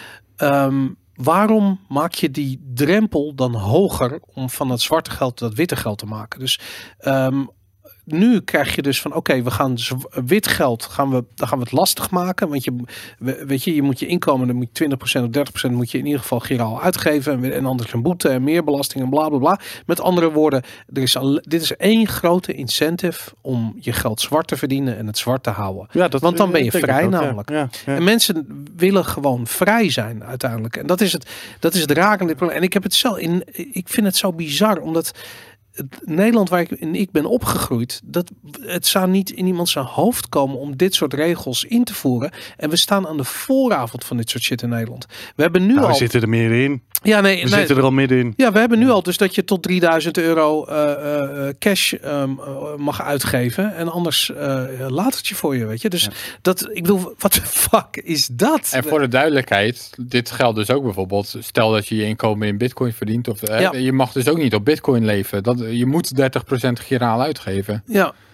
Um, waarom maak je die drempel dan hoger om van het zwarte geld dat witte geld te maken? Dus um, nu krijg je dus van oké, okay, we gaan wit geld gaan we, dan gaan we het lastig maken, want je weet je, je moet je inkomen, dan moet je twintig procent of dertig procent moet je in ieder geval giraal uitgeven en, en anders een boete en meer belasting en bla bla bla. Met andere woorden, er is al, dit is één grote incentive om je geld zwart te verdienen en het zwart te houden. Ja, dat, want dan ben je denk vrij ik ook, namelijk. Ja, ja, ja. En mensen willen gewoon vrij zijn uiteindelijk. En dat is het, dat is het raak aan dit probleem. En ik heb het zo in, ik vind het zo bizar, omdat het Nederland waar ik in ik ben opgegroeid, dat het zou niet in iemand zijn hoofd komen om dit soort regels in te voeren. En we staan aan de vooravond van dit soort shit in Nederland. We hebben nu nou, al. We zitten er meer in. Ja, nee, We nee. zitten er al middenin. Ja, we hebben nu al dus dat je tot drieduizend euro uh, uh, cash um, uh, mag uitgeven. En anders uh, laat het je voor je, weet je. Dus ja. dat, ik bedoel, wat de fuck is dat? En voor de duidelijkheid, dit geldt dus ook bijvoorbeeld, stel dat je je inkomen in bitcoin verdient. Of, uh, Ja. Je mag dus ook niet op bitcoin leven. Dat, je moet dertig procent giraal uitgeven. Ja.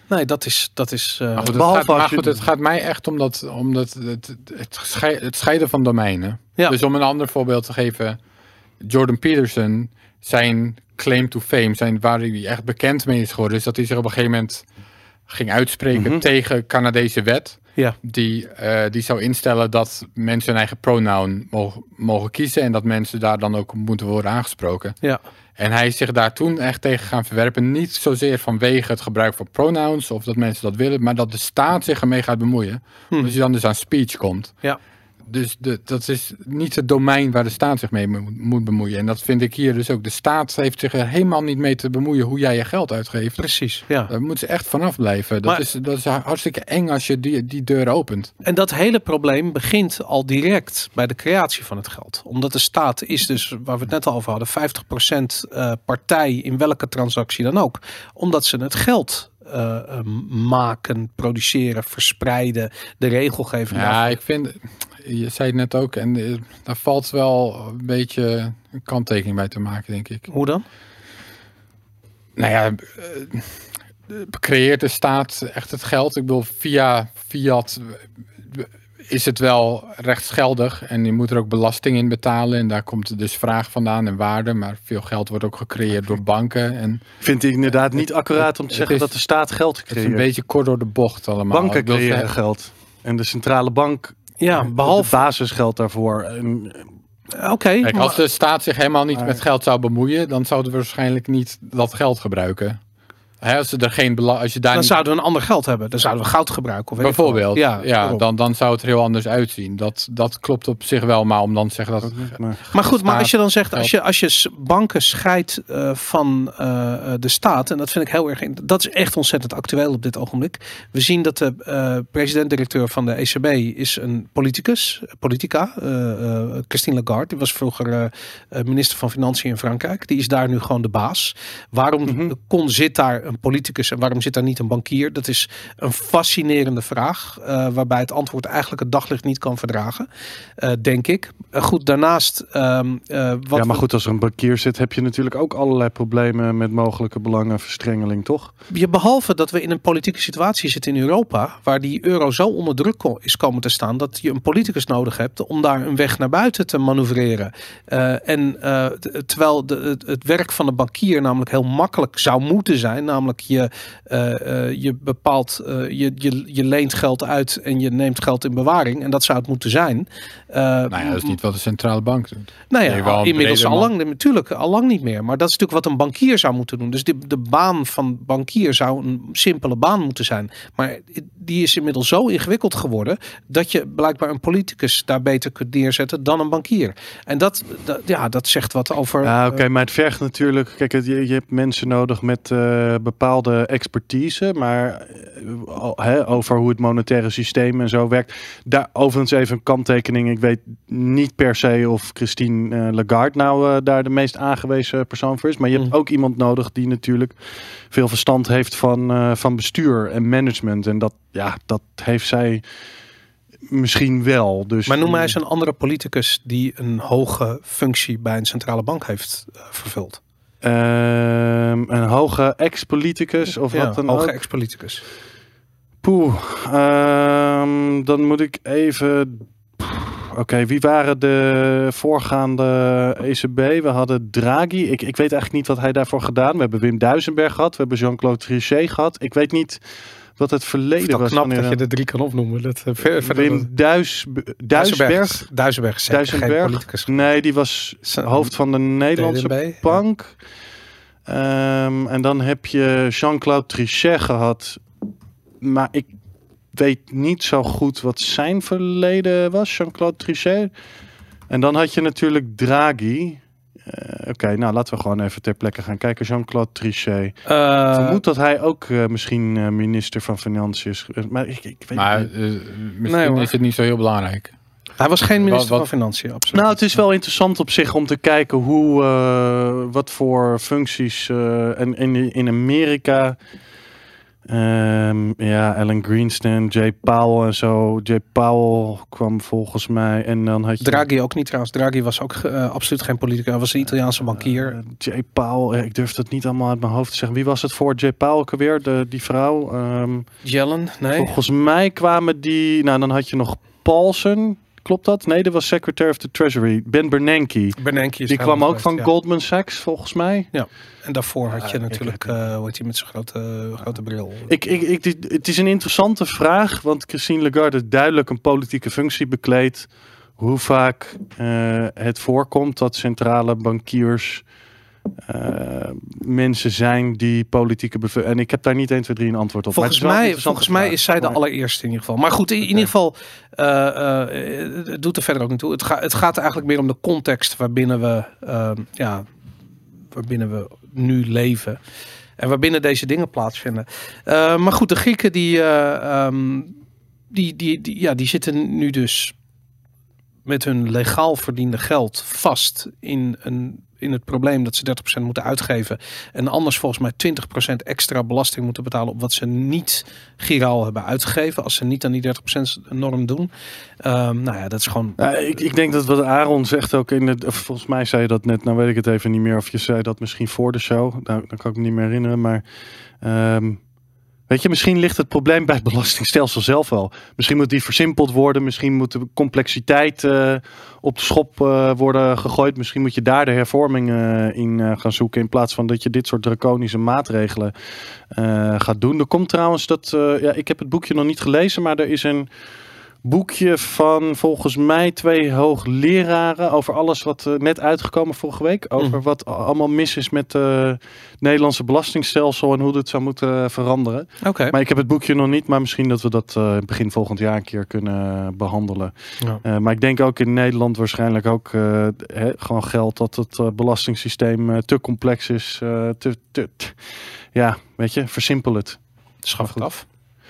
nee, dat is... Dat is uh, Maar goed, het, behalve gaat, maar als je- goed, het gaat mij echt om, dat, om dat, het, het, schei- het scheiden van domeinen. Ja. Dus om een ander voorbeeld te geven. Jordan Peterson, zijn claim to fame, zijn, waar hij echt bekend mee is geworden, is dat hij zich op een gegeven moment ging uitspreken Mhm. tegen Canadese wet. ja, Die, eh, die zou instellen dat mensen hun eigen pronoun mogen, mogen kiezen. En dat mensen daar dan ook moeten worden aangesproken. ja. En hij is zich daar toen echt tegen gaan verwerpen. Niet zozeer vanwege het gebruik van pronouns of dat mensen dat willen, maar dat de staat zich ermee gaat bemoeien. Hm. Dus je dan dus aan speech komt. Ja. Dus de, dat is niet het domein waar de staat zich mee moet, moet bemoeien. En dat vind ik hier dus ook. De staat heeft zich er helemaal niet mee te bemoeien hoe jij je geld uitgeeft. Precies, ja. Daar moeten ze echt vanaf blijven. Dat, Maar- is, dat is hartstikke eng als je die, die deur opent. En dat hele probleem begint al direct bij de creatie van het geld. Omdat de staat is dus, waar we het net al over hadden, vijftig procent uh, partij in welke transactie dan ook. Omdat ze het geld uh, uh, maken, produceren, verspreiden, de regelgeving Ja, daarvan. ik vind, je zei het net ook, en eh, daar valt wel een beetje een kanttekening bij te maken, denk ik. Hoe dan? Nou ja, eh, creëert de staat echt het geld? Ik bedoel, via fiat is het wel rechtsgeldig en je moet er ook belasting in betalen. En daar komt dus vraag vandaan en waarde, maar veel geld wordt ook gecreëerd door banken. En Vind ik inderdaad niet accuraat om te het zeggen is- dat de staat geld het is creëert. een beetje kort door de bocht allemaal. Banken Ik bedoel, ze- creëren geld. En de centrale bank, Ja, de behalve... basisgeld daarvoor. En, Oké, Kijk, maar- als de staat zich helemaal niet Maar- met geld zou bemoeien, dan zouden we waarschijnlijk niet dat geld gebruiken. Hè, als, ze er geen bela- als je daar dan niet- zouden we een ander geld hebben. Dan zouden we goud gebruiken. Of weet ik veel wat. bijvoorbeeld, ja, daarom. dan, dan zou het er heel anders uitzien. Dat, dat klopt op zich wel, maar om dan te zeggen dat... maar, Maar goed, maar staat als je dan zegt, als je, als je s- banken scheidt uh, van uh, de staat, en dat vind ik heel erg, in- dat is echt ontzettend actueel op dit ogenblik. We zien dat de uh, president-directeur van de E C B is een politicus, politica, uh, uh, Christine Lagarde. Die was vroeger uh, uh, minister van Financiën in Frankrijk. Die is daar nu gewoon de baas. Waarom Mhm. kon, zit daar een politicus en waarom zit daar niet een bankier? Dat is een fascinerende vraag, uh, waarbij het antwoord eigenlijk het daglicht niet kan verdragen, uh, denk ik. Uh, goed, daarnaast... Um, uh, wat ja, maar we- goed, als er een bankier zit, heb je natuurlijk ook allerlei problemen met mogelijke belangenverstrengeling, toch? Je, behalve dat we in een politieke situatie zitten in Europa, waar die euro zo onder druk ko- is komen te staan, dat je een politicus nodig hebt om daar een weg naar buiten te manoeuvreren. Uh, en uh, t- terwijl de, het, het werk van de bankier namelijk heel makkelijk zou moeten zijn, namelijk je, uh, uh, je bepaalt, uh, je, je, je leent geld uit en je neemt geld in bewaring, en dat zou het moeten zijn. Uh, Nou ja, dat is niet wat de centrale bank doet. Nou Nee, ja, wel een inmiddels breder al lang, natuurlijk, al lang niet meer. Maar dat is natuurlijk wat een bankier zou moeten doen. Dus de, de baan van bankier zou een simpele baan moeten zijn. Maar die is inmiddels zo ingewikkeld geworden dat je blijkbaar een politicus daar beter kunt neerzetten dan een bankier. En dat, dat ja, dat zegt wat over... Ja, oké, maar het vergt natuurlijk... Kijk, het- je, je hebt mensen nodig met uh, bepaalde expertise, maar uh, al- hè, over hoe het monetaire systeem en zo werkt. Daar overigens even een kanttekening. Ik weet niet per se of Christine uh, Lagarde nou uh, daar de meest aangewezen persoon voor is. Maar je hebt Mm. ook iemand nodig die natuurlijk veel verstand heeft van, uh, van bestuur en management. En dat, ja, dat heeft zij misschien wel. Dus, Maar noem mij eens een andere politicus die een hoge functie bij een centrale bank heeft uh, vervuld. Um, een hoge ex-politicus of Ja, wat dan hoge ook. ex-politicus. Poeh, um, dan moet ik even... Oké, okay, wie waren de voorgaande E C B? We hadden Draghi. Ik, ik weet eigenlijk niet wat hij daarvoor gedaan. We hebben Wim Duisenberg gehad. We hebben Jean-Claude Trichet gehad. Ik weet niet wat het verleden Dat was. knap wanneer- dat je er drie kan opnoemen. Dat, uh, ver, verder Wim Duis, Duisberg. Duisenberg is zeker geen Duisenberg. politicus. Nee, die was Zijn- hoofd van de Nederlandse D N B, bank. Um, en dan heb je Jean-Claude Trichet gehad. Maar ik weet niet zo goed wat zijn verleden was, Jean-Claude Trichet. En dan had je natuurlijk Draghi. Uh, Oké, okay, nou laten we gewoon even ter plekke gaan kijken. Jean-Claude Trichet. Ik Uh, vermoed dat hij ook uh, misschien uh, minister van Financiën is. Uh, maar ik, ik weet Maar niet. uh, misschien Nee, hoor. is het niet zo heel belangrijk. hij was geen minister Wat- wat- van Financiën, absoluut. Nou, het is wel interessant op zich om te kijken hoe, uh, wat voor functies uh, en in, in Amerika Um, ja, Alan Greenspan, Jay Powell en zo. Jay Powell kwam volgens mij. En dan had je... Draghi ook niet trouwens. Draghi was ook uh, absoluut geen politicus. Hij was een Italiaanse bankier. Uh, Jay Powell, ik durf dat niet allemaal uit mijn hoofd te zeggen. Wie was het voor Jay Powell ook alweer? De, die vrouw? Um, Yellen? Nee. Volgens mij kwamen die... Nou, dan had je nog Paulson. Klopt dat? Nee, dat was Secretary of the Treasury. Ben Bernanke. Bernanke is die kwam ook geweest, van ja. Goldman Sachs, volgens mij. Ja. En daarvoor had je uh, natuurlijk, uh, hoe heet je met zijn grote, grote bril. Ik, ik, ik, het is een interessante vraag, want Christine Lagarde duidelijk een politieke functie bekleedt. Hoe vaak uh, het voorkomt dat centrale bankiers uh, mensen zijn die politieke bev- en ik heb daar niet één, twee, drie een antwoord op. Volgens, mij, volgens mij is zij de maar... allereerste in ieder geval. Maar goed, in, in ieder geval, uh, uh, het doet er verder ook niet toe. Het, ga, het gaat eigenlijk meer om de context waarbinnen we, uh, ja, waarbinnen we nu leven. En waarbinnen deze dingen plaatsvinden. Uh, maar goed, de Grieken die, uh, um, die, die, die, ja, die zitten nu dus met hun legaal verdiende geld vast in, een, in het probleem dat ze dertig procent moeten uitgeven. En anders volgens mij twintig procent extra belasting moeten betalen op wat ze niet giraal hebben uitgegeven. Als ze niet aan die dertig procent norm doen. Um, nou ja, dat is gewoon... Ja, ik, ik denk dat wat Aaron zegt ook in het... Volgens mij zei je dat net, nou weet ik het even niet meer. Of je zei dat misschien voor de show. Nou, dan kan ik me niet meer herinneren. Maar... Um, weet je, misschien ligt het probleem bij het belastingstelsel zelf wel. Misschien moet die versimpeld worden. Misschien moet de complexiteit uh, op de schop uh, worden gegooid. Misschien moet je daar de hervorming uh, in uh, gaan zoeken. In plaats van dat je dit soort draconische maatregelen uh, gaat doen. Er komt trouwens dat... Uh, ja, ik heb het boekje nog niet gelezen. Maar er is een boekje van volgens mij twee hoogleraren over alles wat uh, net uitgekomen vorige week. Over mm. wat allemaal mis is met uh, het Nederlandse belastingstelsel en hoe dat zou moeten veranderen. Okay. Maar ik heb het boekje nog niet, maar misschien dat we dat uh, begin volgend jaar een keer kunnen behandelen. Ja. Uh, maar ik denk ook in Nederland waarschijnlijk ook uh, he, gewoon geldt dat het uh, belastingssysteem uh, te complex is. Uh, te, te, te, ja, weet je, versimpel het. Schaf het af.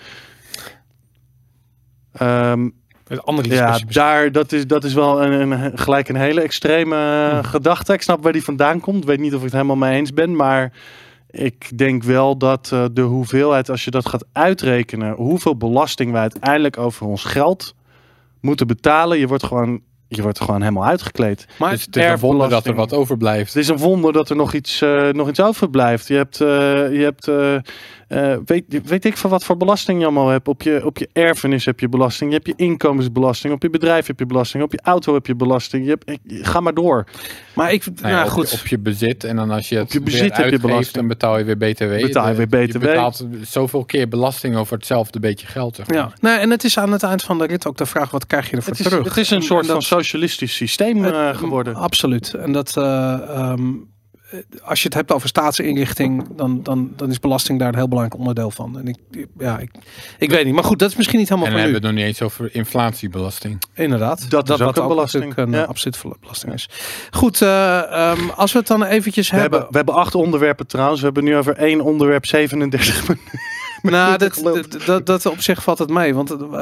Um, ja, daar, dat, is, dat is wel een, een, gelijk een hele extreme uh, hm. gedachte. Ik snap waar die vandaan komt. Ik weet niet of ik het helemaal mee eens ben. Maar ik denk wel dat uh, de hoeveelheid, als je dat gaat uitrekenen, hoeveel belasting wij uiteindelijk over ons geld moeten betalen. Je wordt gewoon, je wordt gewoon helemaal uitgekleed. Maar het, het is een wonder dat er wat overblijft. Het is een wonder dat er nog iets, uh, nog iets overblijft. Je hebt, uh, je hebt uh, uh, weet, weet ik van wat voor belasting je allemaal hebt. Op je, op je erfenis heb je belasting. Je hebt je inkomensbelasting. Op je bedrijf heb je belasting. Op je auto heb je belasting. Je hebt, ik, ga maar door. Maar ik, nou, nou ja, goed. Op je, op je bezit. En dan als je het op je bezit weer heb je uitgeeft, belasting. dan betaal je weer B T W. Betaal je weer B T W. Je betaalt zoveel keer belasting over hetzelfde beetje geld. Zeg maar. Ja, nee, en het is aan het eind van de rit ook de vraag, wat krijg je ervoor het is, terug? Het is een en, soort en dat, van socialistisch systeem uh, het, geworden. Absoluut. En dat... Uh, um, als je het hebt over staatsinrichting, dan, dan, dan is belasting daar een heel belangrijk onderdeel van. En ik, ja, ik, ik weet niet. Maar goed, dat is misschien niet helemaal voor nu. En we hebben het nog niet eens over inflatiebelasting. Inderdaad. Dat, dat is ook een belasting. Een ja. absoluut belasting is. Goed, uh, um, als we het dan eventjes we hebben... hebben... We hebben acht onderwerpen trouwens. We hebben nu over één onderwerp zevenendertig minuten. Nou, dat, dat, dat, dat op zich valt het mee. Want uh,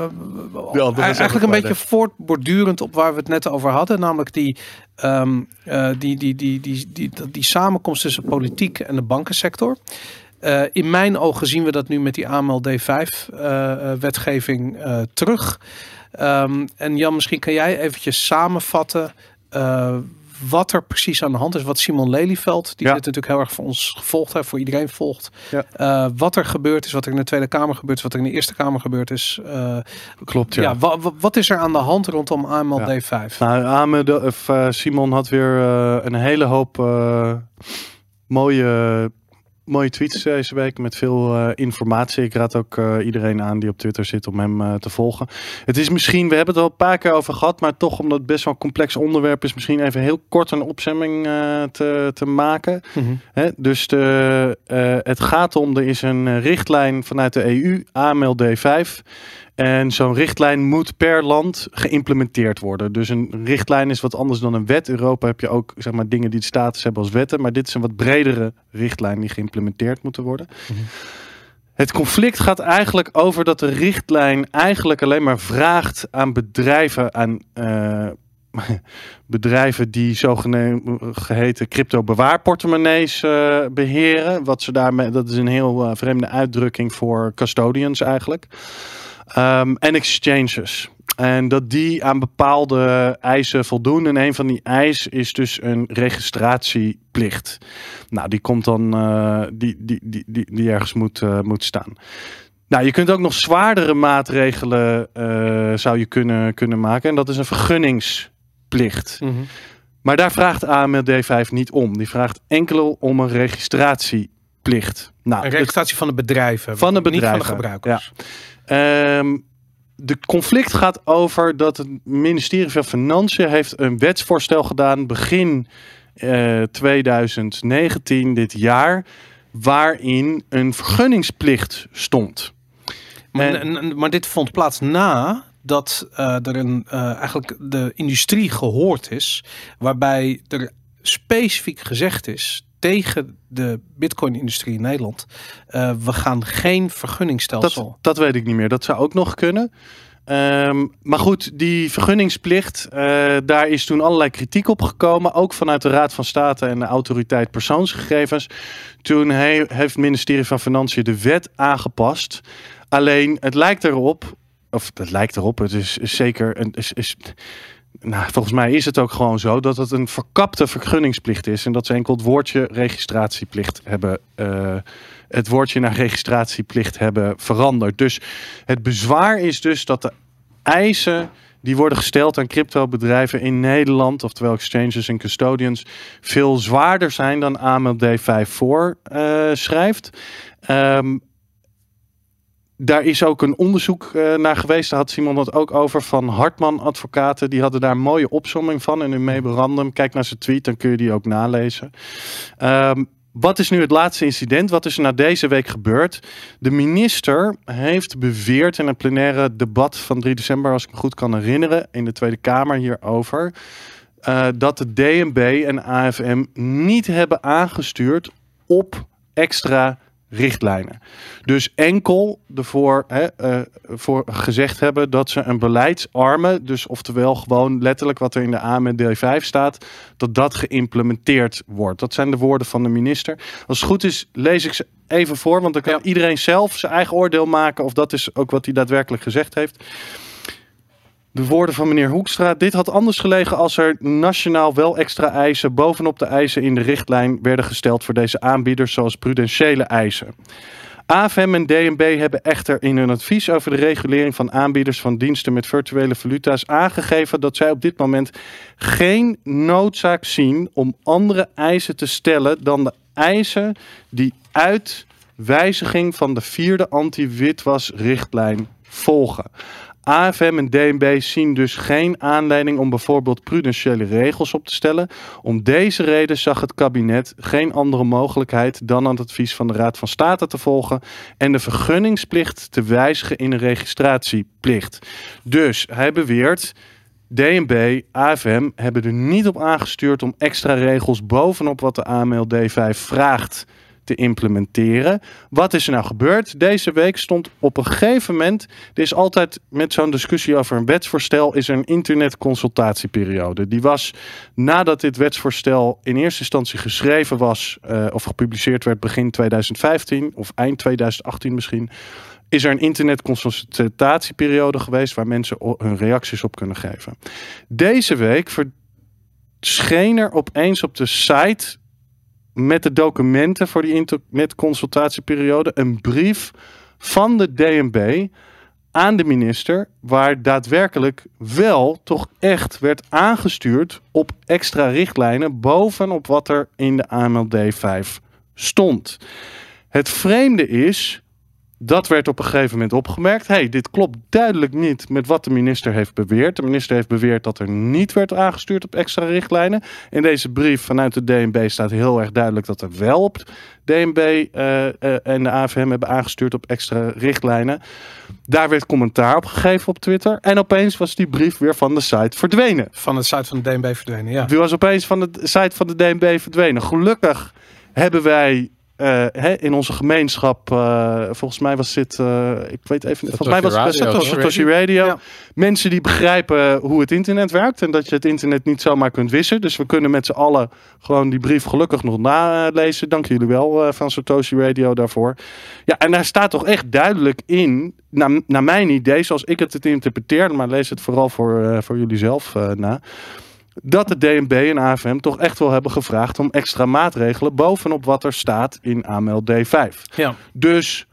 ja, eigenlijk een beetje voortbordurend op waar we het net over hadden. Namelijk die, um, uh, die, die, die, die, die, die, die samenkomst tussen politiek en de bankensector. Uh, in mijn ogen zien we dat nu met die A M L D vijf uh, wetgeving uh, terug. Um, en Jan, misschien kan jij eventjes samenvatten... Uh, wat er precies aan de hand is. Wat Simon Lelyveld, die ja. dit natuurlijk heel erg voor ons gevolgd heeft, voor iedereen volgt. Ja. Uh, wat er gebeurd is, wat er in de Tweede Kamer gebeurd is, wat er in de Eerste Kamer gebeurd is. Uh, Klopt, ja. ja wa, wa, wat is er aan de hand rondom A M L D vijf? Ja. Nou, A M L D, of, uh, Simon had weer uh, een hele hoop uh, mooie... Mooie tweets deze week met veel uh, informatie. Ik raad ook uh, iedereen aan die op Twitter zit om hem uh, te volgen. Het is misschien, we hebben het al een paar keer over gehad, maar toch omdat het best wel een complex onderwerp is, misschien even heel kort een opzemming uh, te, te maken. Mm-hmm. Hè? Dus de, uh, het gaat om, er is een richtlijn vanuit de E U, A M L D vijf. En zo'n richtlijn moet per land geïmplementeerd worden. Dus een richtlijn is wat anders dan een wet. In Europa heb je ook zeg maar, dingen die de status hebben als wetten. Maar dit is een wat bredere richtlijn die geïmplementeerd moeten worden. Mm-hmm. Het conflict gaat eigenlijk over dat de richtlijn eigenlijk alleen maar vraagt aan bedrijven, aan uh, bedrijven die zogeheten crypto-bewaarportemonnees uh, beheren. Wat ze daarmee, dat is een heel uh, vreemde uitdrukking voor custodians eigenlijk. Um, en exchanges. En dat die aan bepaalde eisen voldoen. En een van die eisen is dus een registratieplicht. Nou, die komt dan, uh, die, die, die, die, die ergens moet, uh, moet staan. Nou, je kunt ook nog zwaardere maatregelen uh, zou je kunnen, kunnen maken. En dat is een vergunningsplicht. Mm-hmm. Maar daar vraagt A M L D vijf niet om. Die vraagt enkel om een registratieplicht. Nou, een registratie het, van de bedrijven. Van de bedrijven. Niet van de gebruikers. Ja. Um, de conflict gaat over dat het ministerie van Financiën heeft een wetsvoorstel gedaan begin uh, twintig negentien, dit jaar, waarin een vergunningsplicht stond. Maar, en, maar dit vond plaats na dat uh, er een, uh, eigenlijk de industrie gehoord is, waarbij er specifiek gezegd is tegen de Bitcoin-industrie in Nederland, uh, we gaan geen vergunningstelsel. Dat, dat weet ik niet meer. Dat zou ook nog kunnen. Um, maar goed, die vergunningsplicht, uh, daar is toen allerlei kritiek op gekomen. Ook vanuit de Raad van State en de Autoriteit Persoonsgegevens. Toen he, heeft het ministerie van Financiën de wet aangepast. Alleen, het lijkt erop, of het lijkt erop, het is, is zeker, een, is, is, nou, volgens mij is het ook gewoon zo, dat het een verkapte vergunningsplicht is. En dat ze enkel het woordje registratieplicht hebben, uh, het woordje naar registratieplicht hebben veranderd. Dus het bezwaar is dus dat de eisen die worden gesteld aan cryptobedrijven in Nederland, oftewel exchanges en custodians, veel zwaarder zijn dan A M L D vijf voorschrijft. Uh, um, Daar is ook een onderzoek uh, naar geweest. Daar had Simon het ook over van Hartman Advocaten. Die hadden daar een mooie opsomming van in hun memorandum. Kijk naar zijn tweet, dan kun je die ook nalezen. Um, wat is nu het laatste incident? Wat is er na deze week gebeurd? De minister heeft beweerd in een plenaire debat van drie december, als ik me goed kan herinneren, in de Tweede Kamer hierover, uh, dat de D N B en A F M niet hebben aangestuurd op extra richtlijnen. Dus enkel ervoor hè, uh, voor gezegd hebben dat ze een beleidsarme, dus oftewel gewoon letterlijk wat er in de A M L D vijf staat, dat dat geïmplementeerd wordt. Dat zijn de woorden van de minister. Als het goed is, lees ik ze even voor, want dan kan ja. iedereen zelf zijn eigen oordeel maken of dat is ook wat hij daadwerkelijk gezegd heeft. De woorden van meneer Hoekstra. Dit had anders gelegen als er nationaal wel extra eisen bovenop de eisen in de richtlijn werden gesteld voor deze aanbieders, zoals prudentiële eisen. A F M en D N B hebben echter in hun advies over de regulering van aanbieders van diensten met virtuele valuta's aangegeven dat zij op dit moment geen noodzaak zien om andere eisen te stellen dan de eisen die uit wijziging van de vierde anti-witwasrichtlijn volgen. A F M en D N B zien dus geen aanleiding om bijvoorbeeld prudentiële regels op te stellen. Om deze reden zag het kabinet geen andere mogelijkheid dan aan het advies van de Raad van State te volgen en de vergunningsplicht te wijzigen in een registratieplicht. Dus hij beweert, D N B, A F M hebben er niet op aangestuurd om extra regels bovenop wat de A M L D vijf vraagt te implementeren. Wat is er nou gebeurd? Deze week stond op een gegeven moment, er is altijd met zo'n discussie over een wetsvoorstel, is er een internetconsultatieperiode. Die was nadat dit wetsvoorstel in eerste instantie geschreven was, uh, of gepubliceerd werd begin twintig vijftien, of eind twintig achttien misschien, is er een internetconsultatieperiode geweest waar mensen hun reacties op kunnen geven. Deze week verscheen er opeens op de site met de documenten voor die internetconsultatieperiode een brief van de D N B aan de minister, waar daadwerkelijk wel toch echt werd aangestuurd op extra richtlijnen bovenop wat er in de A M L D vijf stond. Het vreemde is, dat werd op een gegeven moment opgemerkt. Hey, dit klopt duidelijk niet met wat de minister heeft beweerd. De minister heeft beweerd dat er niet werd aangestuurd op extra richtlijnen. In deze brief vanuit de D N B staat heel erg duidelijk dat er wel op D N B uh, uh, en de A F M hebben aangestuurd op extra richtlijnen. Daar werd commentaar op gegeven op Twitter. En opeens was die brief weer van de site verdwenen. Van de site van de D N B verdwenen, ja. Die was opeens van de site van de D N B verdwenen. Gelukkig hebben wij uh, hè, in onze gemeenschap, uh, volgens mij was dit, uh, ik weet even, volgens mij was het Satoshi, Satoshi Radio. Ja. Mensen die begrijpen hoe het internet werkt en dat je het internet niet zomaar kunt wissen. Dus we kunnen met z'n allen gewoon die brief gelukkig nog nalezen. Dank jullie wel uh, van Satoshi Radio daarvoor. Ja, en daar staat toch echt duidelijk in, naar, naar mijn idee, zoals ik het, het interpreteer, maar lees het vooral voor, uh, voor jullie zelf uh, na, dat de D N B en A F M toch echt wel hebben gevraagd om extra maatregelen bovenop wat er staat in A M L D vijf. Ja. Dus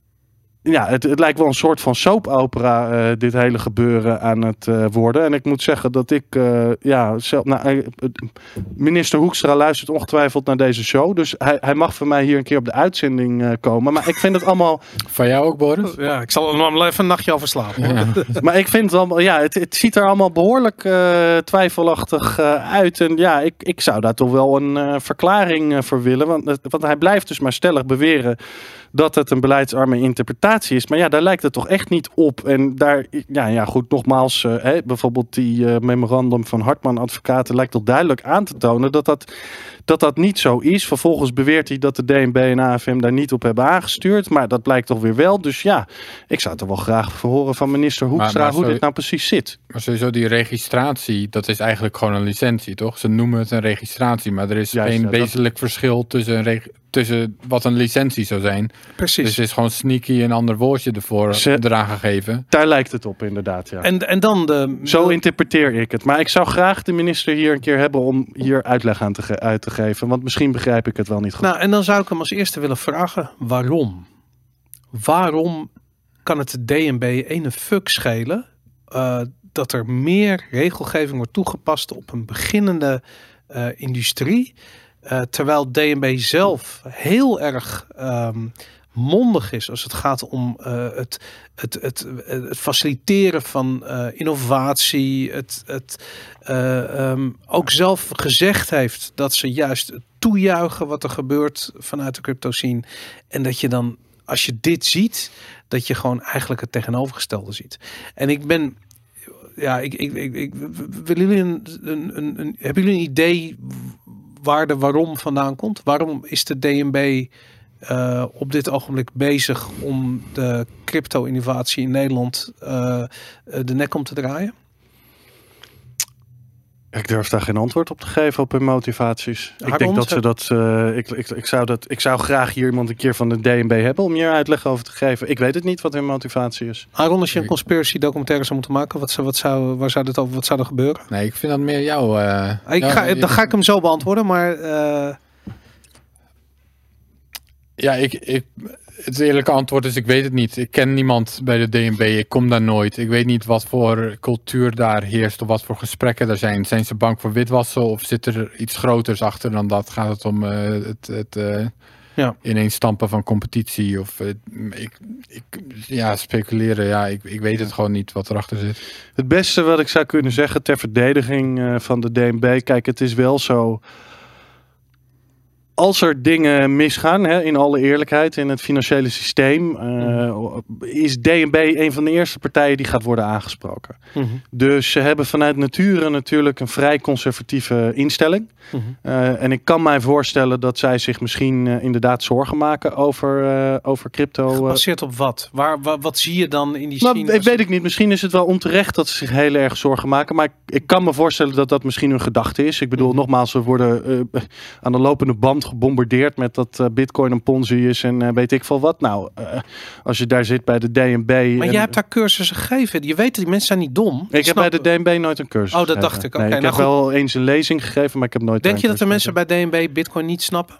ja, het, het lijkt wel een soort van soap-opera, uh, dit hele gebeuren aan het uh, worden. En ik moet zeggen dat ik, uh, ja, zelf, nou, uh, minister Hoekstra luistert ongetwijfeld naar deze show. Dus hij, hij mag van mij hier een keer op de uitzending uh, komen. Maar ik vind het allemaal... Van jou ook, Boris? Ja, ik zal er nog even een nachtje over slapen. Ja. Maar ik vind het allemaal, ja, het, het ziet er allemaal behoorlijk uh, twijfelachtig uh, uit. En ja, ik, ik zou daar toch wel een uh, verklaring uh, voor willen. Want, want hij blijft dus maar stellig beweren dat het een beleidsarme interpretatie is. Maar ja, daar lijkt het toch echt niet op. En daar, ja, ja goed, nogmaals, uh, hè, bijvoorbeeld die uh, memorandum van Hartman Advocaten lijkt toch duidelijk aan te tonen dat dat, dat dat niet zo is. Vervolgens beweert hij dat de D N B en A F M daar niet op hebben aangestuurd. Maar dat blijkt toch weer wel. Dus ja, ik zou toch wel graag horen van minister Hoekstra maar, maar hoe sorry, dit nou precies zit. Maar sowieso die registratie, dat is eigenlijk gewoon een licentie, toch? Ze noemen het een registratie, maar er is Juist, geen ja, wezenlijk dat... verschil tussen een reg- tussen wat een licentie zou zijn. Precies. Dus het is gewoon sneaky een ander woordje ervoor Ze, eraan gegeven. Daar lijkt het op, inderdaad. Ja. En, en dan de... Zo interpreteer ik het. Maar ik zou graag de minister hier een keer hebben om hier uitleg aan te, ge- uit te geven. Want misschien begrijp ik het wel niet goed. Nou, en dan zou ik hem als eerste willen vragen, waarom? Waarom kan het de D N B ene fuck schelen uh, dat er meer regelgeving wordt toegepast op een beginnende uh, industrie? Uh, terwijl D N B zelf heel erg um, mondig is als het gaat om uh, het, het, het, het faciliteren van uh, innovatie. Het, het uh, um, ook zelf gezegd heeft dat ze juist toejuichen wat er gebeurt vanuit de crypto scene. En dat je dan, als je dit ziet, dat je gewoon eigenlijk het tegenovergestelde ziet. En ik ben... Ja, ik, ik, ik, ik willen jullie een, een, een, een, hebben jullie een idee waar de waarom vandaan komt? Waarom is de D N B uh, op dit ogenblik bezig om de crypto-innovatie in Nederland uh, de nek om te draaien? Ik durf daar geen antwoord op te geven op hun motivaties. Haar ik denk dat ze dat. Uh, ik, ik, ik, zou dat. Ik zou graag hier iemand een keer van de D N B hebben om hier uitleg over te geven. Ik weet het niet wat hun motivatie is. Aaron, als je een conspiracy documentaire zou moeten maken, wat zou, wat zou, waar zou dit over, wat zou er gebeuren? Nee, ik vind dat meer jou. Uh, ik jou, ga, dan ga ik hem zo beantwoorden, maar. Uh... Ja, ik. ik Het eerlijke antwoord is, ik weet het niet. Ik ken niemand bij de D N B. Ik kom daar nooit. Ik weet niet wat voor cultuur daar heerst of wat voor gesprekken er zijn. Zijn ze bang voor witwassen of zit er iets groters achter dan dat? Gaat het om uh, het, het uh, ja. ineens stampen van competitie? Of uh, ik, ik, ja, speculeren. Ja, ik, ik weet het gewoon niet wat erachter zit. Het beste wat ik zou kunnen zeggen ter verdediging uh, van de D N B. Kijk, het is wel zo. Als er dingen misgaan, hè, in alle eerlijkheid, in het financiële systeem, uh, is D N B een van de eerste partijen die gaat worden aangesproken. Mm-hmm. Dus ze hebben vanuit nature natuurlijk een vrij conservatieve instelling. Mm-hmm. Uh, en ik kan mij voorstellen dat zij zich misschien uh, inderdaad zorgen maken over, uh, over crypto. Uh. Gebaseerd op wat? Waar, wat? Wat zie je dan in die nou, scene? Ik weet ik niet. Misschien is het wel onterecht dat ze zich heel erg zorgen maken. Maar ik, ik kan me voorstellen dat dat misschien hun gedachte is. Ik bedoel, mm-hmm. nogmaals, we worden uh, aan de lopende band gebombardeerd met dat uh, Bitcoin een ponzi is en uh, weet ik veel wat. Nou, uh, als je daar zit bij de D N B... Maar en, jij hebt daar cursussen gegeven. Je weet dat die mensen zijn niet dom. Ik heb bij de D N B nooit een cursus Oh, dat gegeven. dacht ik. Nee, Okay, ik nou heb goed. wel eens een lezing gegeven, maar ik heb nooit... Denk je dat de mensen bij D N B Bitcoin niet snappen?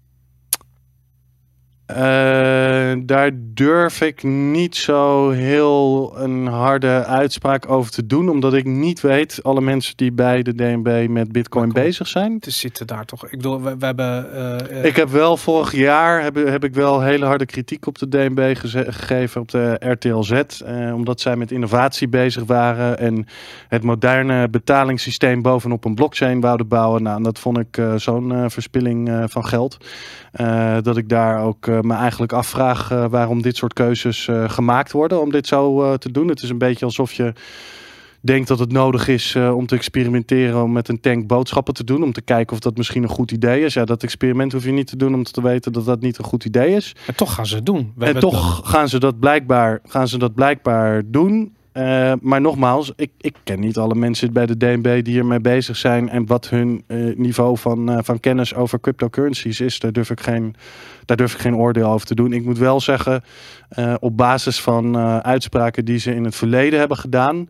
Uh, daar durf ik niet zo heel een harde uitspraak over te doen, omdat ik niet weet, alle mensen die bij de D N B met Bitcoin kom, bezig zijn. Ze zitten daar toch. Ik bedoel, we, we hebben. Uh, uh, ik heb wel vorig jaar heb, heb ik wel hele harde kritiek op de D N B geze- gegeven op de R T L Z, uh, omdat zij met innovatie bezig waren en het moderne betalingssysteem bovenop een blockchain wouden bouwen. Nou, dat vond ik uh, zo'n uh, verspilling uh, van geld, uh, dat ik daar ook uh, me eigenlijk afvraag uh, waarom dit soort keuzes uh, gemaakt worden om dit zo uh, te doen. Het is een beetje alsof je denk dat het nodig is uh, om te experimenteren om met een tank boodschappen te doen. Om te kijken of dat misschien een goed idee is. Ja, dat experiment hoef je niet te doen om te weten dat dat niet een goed idee is. En toch gaan ze het doen. We en toch het... gaan ze dat blijkbaar, gaan ze dat blijkbaar doen. Uh, maar nogmaals, ik, ik ken niet alle mensen bij de D N B die hiermee bezig zijn. En wat hun uh, niveau van, uh, van kennis over cryptocurrencies is. Daar durf ik geen, daar durf ik geen oordeel over te doen. Ik moet wel zeggen, uh, op basis van uh, uitspraken die ze in het verleden hebben gedaan,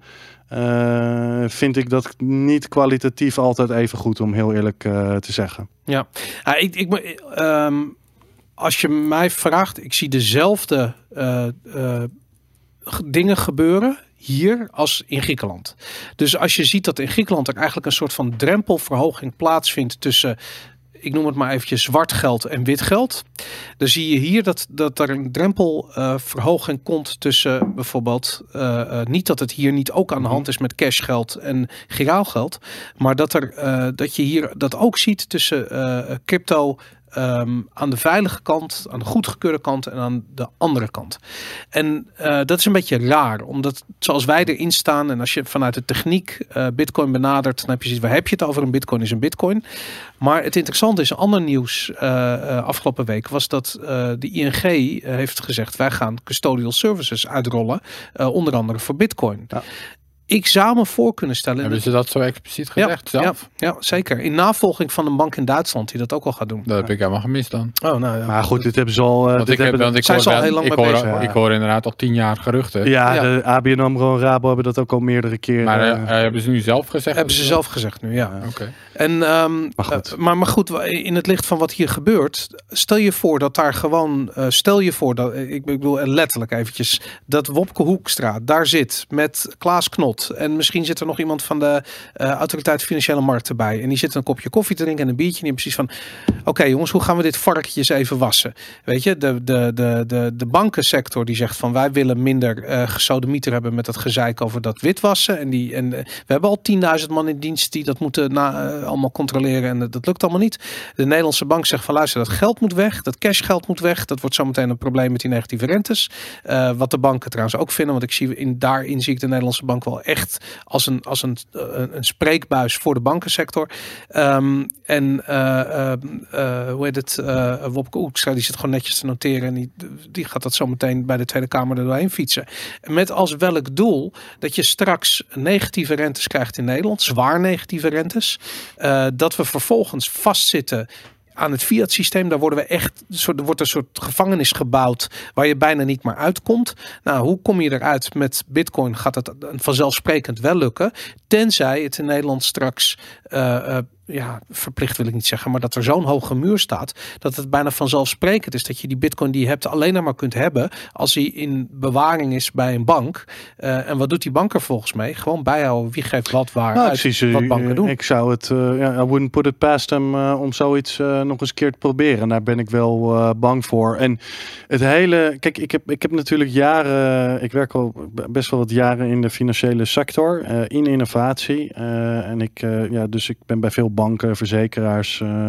Uh, vind ik dat niet kwalitatief altijd even goed, om heel eerlijk uh, te zeggen. Ja, uh, ik, ik, um, als je mij vraagt, ik zie dezelfde uh, uh, dingen gebeuren hier als in Griekenland. Dus als je ziet dat in Griekenland er eigenlijk een soort van drempelverhoging plaatsvindt tussen, ik noem het maar eventjes, zwart geld en wit geld. Dan zie je hier dat, dat er een drempelverhoging uh, komt tussen bijvoorbeeld, uh, uh, niet dat het hier niet ook aan de hand is met cashgeld en giraalgeld, maar dat, er, uh, dat je hier dat ook ziet tussen uh, crypto Um, aan de veilige kant, aan de goedgekeurde kant en aan de andere kant. En uh, dat is een beetje raar, omdat zoals wij erin staan en als je vanuit de techniek uh, Bitcoin benadert, dan heb je zoiets, waar heb je het over? Een Bitcoin is een Bitcoin. Maar het interessante is, ander nieuws uh, uh, afgelopen week was dat uh, de I N G uh, heeft gezegd, wij gaan custodial services uitrollen, uh, onder andere voor Bitcoin. Ja. Ik zou me voor kunnen stellen. Hebben ze dat zo expliciet gezegd ja, zelf? Ja, ja, zeker. In navolging van een bank in Duitsland die dat ook al gaat doen. Dat heb ik helemaal gemist dan. Oh, nou ja. Maar goed, dit hebben ze al. Uh, want dit ik, heb, hebben want ik, zijn hoor, ze al wel, heel lang ik, mee hoor, bezig. ik hoor inderdaad al tien jaar geruchten. Ja, ja. de A B N AMRO en Rabo hebben dat ook al meerdere keren. Maar uh, uh, hebben ze nu zelf gezegd? Hebben ze zelf gezegd nu, ja. ja. Okay. En, um, maar, goed. Uh, maar, maar goed, in het licht van wat hier gebeurt, stel je voor dat daar gewoon, uh, stel je voor dat, ik bedoel letterlijk eventjes, dat Wopke Hoekstra daar zit met Klaas Knot en misschien zit er nog iemand van de uh, Autoriteit Financiële Markten bij en die zit een kopje koffie te drinken en een biertje en die precies van, oké okay, jongens, hoe gaan we dit varkentjes even wassen? Weet je, de, de, de, de, de bankensector die zegt van, wij willen minder uh, gesodemieter hebben met dat gezeik over dat witwassen en, die, en uh, we hebben al tienduizend man in dienst die dat moeten na, uh, allemaal controleren en dat lukt allemaal niet. De Nederlandse bank zegt van luister, dat geld moet weg, dat cashgeld moet weg, dat wordt zometeen een probleem met die negatieve rentes. Uh, wat de banken trouwens ook vinden, want ik zie in, daarin zie ik de Nederlandse bank wel echt als een, als een, een, een spreekbuis voor de bankensector. Um, en uh, uh, uh, hoe heet het, uh, Wopke Hoekstra, die zit gewoon netjes te noteren en die, die gaat dat zometeen bij de Tweede Kamer er doorheen fietsen. Met als welk doel dat je straks negatieve rentes krijgt in Nederland, zwaar negatieve rentes. Uh, dat we vervolgens vastzitten aan het fiat systeem. Daar worden we echt, er wordt een soort gevangenis gebouwd waar je bijna niet meer uitkomt. Nou, hoe kom je eruit met Bitcoin? Gaat het vanzelfsprekend wel lukken, tenzij het in Nederland straks uh, uh, ja, verplicht wil ik niet zeggen, maar dat er zo'n hoge muur staat, dat het bijna vanzelfsprekend is dat je die Bitcoin die je hebt alleen maar kunt hebben als hij in bewaring is bij een bank. Uh, en wat doet die bank er volgens mee? Gewoon bijhouden wie geeft wat waar nou, uit, precies, wat banken doen. Ik zou het, uh, yeah, I wouldn't put it past hem uh, om zoiets uh, nog eens een keer te proberen. Daar ben ik wel uh, bang voor. En het hele, kijk, ik heb, ik heb natuurlijk jaren, ik werk al best wel wat jaren in de financiële sector, uh, in innovatie. Uh, en ik, uh, ja, dus ik ben bij veel banken, verzekeraars uh,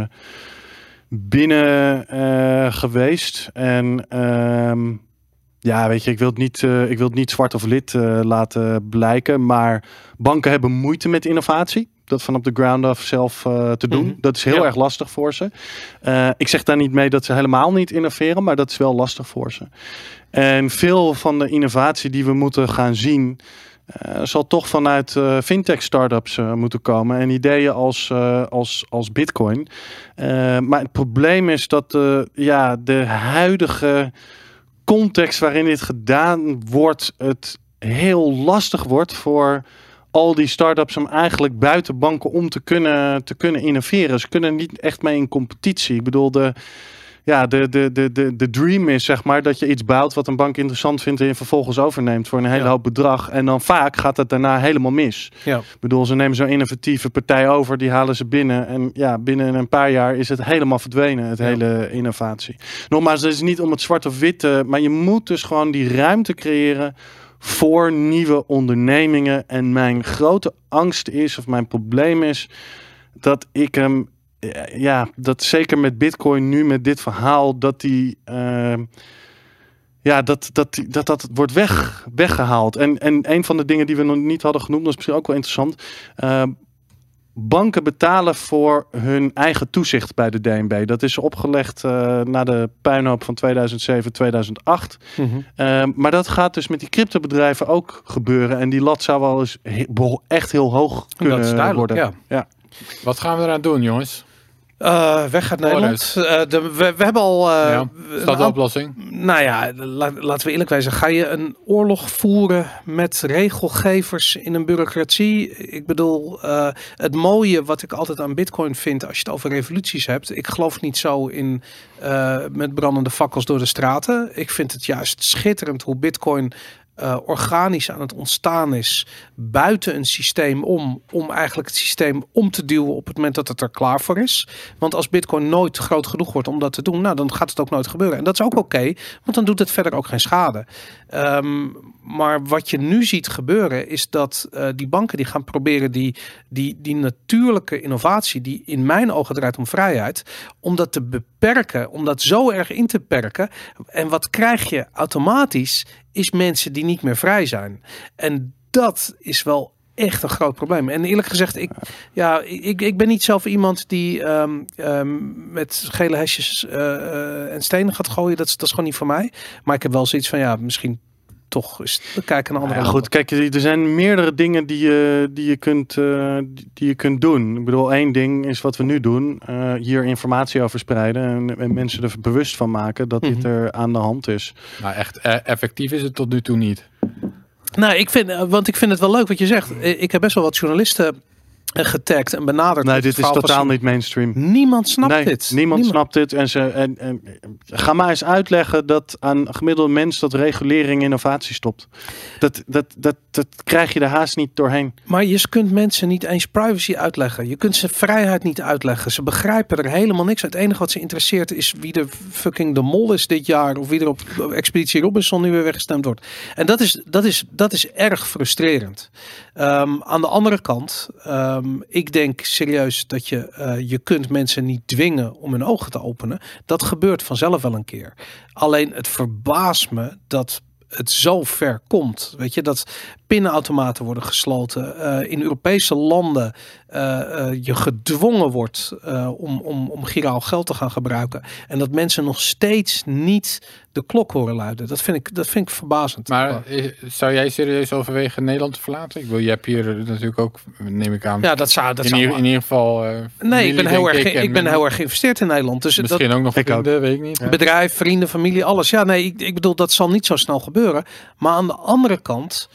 binnen uh, geweest. En um, ja, weet je, ik wil het niet, uh, ik wil het niet zwart of wit uh, laten blijken, maar banken hebben moeite met innovatie. Dat van op de ground af zelf uh, te doen. Mm-hmm. Dat is heel ja. erg lastig voor ze. Uh, ik zeg daar niet mee dat ze helemaal niet innoveren, maar dat is wel lastig voor ze. En veel van de innovatie die we moeten gaan zien, Uh, zal toch vanuit uh, fintech startups uh, moeten komen en ideeën als, uh, als, als Bitcoin. Uh, maar het probleem is dat uh, ja, de huidige context waarin dit gedaan wordt, het heel lastig wordt voor al die startups om eigenlijk buiten banken om te kunnen, te kunnen innoveren. Ze kunnen niet echt mee in competitie. Ik bedoel, de Ja, de, de, de, de, de dream is zeg maar dat je iets bouwt wat een bank interessant vindt en je vervolgens overneemt voor een hele ja. hoop bedrag. En dan vaak gaat het daarna helemaal mis. Ja. Ik bedoel, ze nemen zo'n innovatieve partij over, die halen ze binnen. En ja, binnen een paar jaar is het helemaal verdwenen, het ja. hele innovatie. Nogmaals, het is niet om het zwart of wit, uh, maar je moet dus gewoon die ruimte creëren voor nieuwe ondernemingen. En mijn grote angst is, of mijn probleem is, dat ik hem ja, dat zeker met Bitcoin nu, met dit verhaal, dat die, uh, ja, dat, dat, dat, dat wordt weg, weggehaald. En, en een van de dingen die we nog niet hadden genoemd, dat is misschien ook wel interessant. Uh, banken betalen voor hun eigen toezicht bij de D N B. Dat is opgelegd uh, na de puinhoop van tweeduizend zeven, tweeduizend acht. Mm-hmm. Uh, maar dat gaat dus met die cryptobedrijven ook gebeuren. En die lat zou wel eens he- echt heel hoog kunnen dat is duidelijk, worden. Ja. Ja. Wat gaan we eraan doen, jongens? Uh, weg uit Nederland. Uh, de, we, we hebben al... Uh, ja. Is dat de oplossing? Nou ja, la, laten we eerlijk zijn. Ga je een oorlog voeren met regelgevers in een bureaucratie? Ik bedoel, uh, het mooie wat ik altijd aan Bitcoin vind, als je het over revoluties hebt. Ik geloof niet zo in uh, met brandende fakkels door de straten. Ik vind het juist schitterend hoe Bitcoin Uh, organisch aan het ontstaan is buiten een systeem om, om eigenlijk het systeem om te duwen op het moment dat het er klaar voor is. Want als Bitcoin nooit groot genoeg wordt om dat te doen, nou dan gaat het ook nooit gebeuren. En dat is ook oké, okay, want dan doet het verder ook geen schade. Um, maar wat je nu ziet gebeuren is dat uh, die banken die gaan proberen die, die, die natuurlijke innovatie die in mijn ogen draait om vrijheid, om dat te beperken, om dat zo erg in te perken. En wat krijg je automatisch is mensen die niet meer vrij zijn. En dat is wel echt een groot probleem. En eerlijk gezegd, ik, ja, ik, ik ben niet zelf iemand die um, um, met gele hesjes uh, uh, en stenen gaat gooien. Dat is, dat is gewoon niet voor mij. Maar ik heb wel zoiets van, ja, misschien toch eens kijken naar andere. Ja, goed, kijk, er zijn meerdere dingen die je, die je, kunt, uh, die je kunt doen. Ik bedoel, één ding is wat we nu doen. Uh, hier informatie over spreiden en, en mensen er bewust van maken dat mm-hmm. dit er aan de hand is. Nou, echt effectief is het tot nu toe niet. Nou, ik vind, want ik vind het wel leuk wat je zegt. Ik heb best wel wat journalisten getagd en benaderd. Nee, dit is totaal niet mainstream. Niemand snapt nee, dit. Niemand, niemand snapt dit. En, ze, en, en ga maar eens uitleggen dat aan een gemiddelde mens dat regulering innovatie stopt. Dat, dat, dat, dat krijg je er haast niet doorheen. Maar je kunt mensen niet eens privacy uitleggen. Je kunt ze vrijheid niet uitleggen. Ze begrijpen er helemaal niks. Het enige wat ze interesseert is wie de fucking de mol is dit jaar. Of wie er op Expeditie Robinson nu weer weggestemd wordt. En dat is, dat is, dat is erg frustrerend. Um, aan de andere kant, um, ik denk serieus dat je, uh, je kunt mensen niet dwingen om hun ogen te openen. Dat gebeurt vanzelf wel een keer. Alleen het verbaast me dat het zo ver komt. Weet je, dat pinautomaten worden gesloten. Uh, in Europese landen uh, uh, je gedwongen wordt uh, om, om, om giraal geld te gaan gebruiken. En dat mensen nog steeds niet de klok horen luiden. Dat vind ik, dat vind ik verbazend. Maar zou jij serieus overwegen Nederland te verlaten? Ik wil, je hebt hier natuurlijk ook, neem ik aan. Ja, dat zou, dat in, zou ieder, in ieder geval. Uh, nee, ik ben heel erg, ik, ik ben heel erg geïnvesteerd in Nederland. Dus misschien dat, ook nog vrienden, weet ik niet. Ja. Bedrijf, vrienden, familie, alles. Ja, nee, ik, ik bedoel, dat zal niet zo snel gebeuren. Maar aan de andere kant,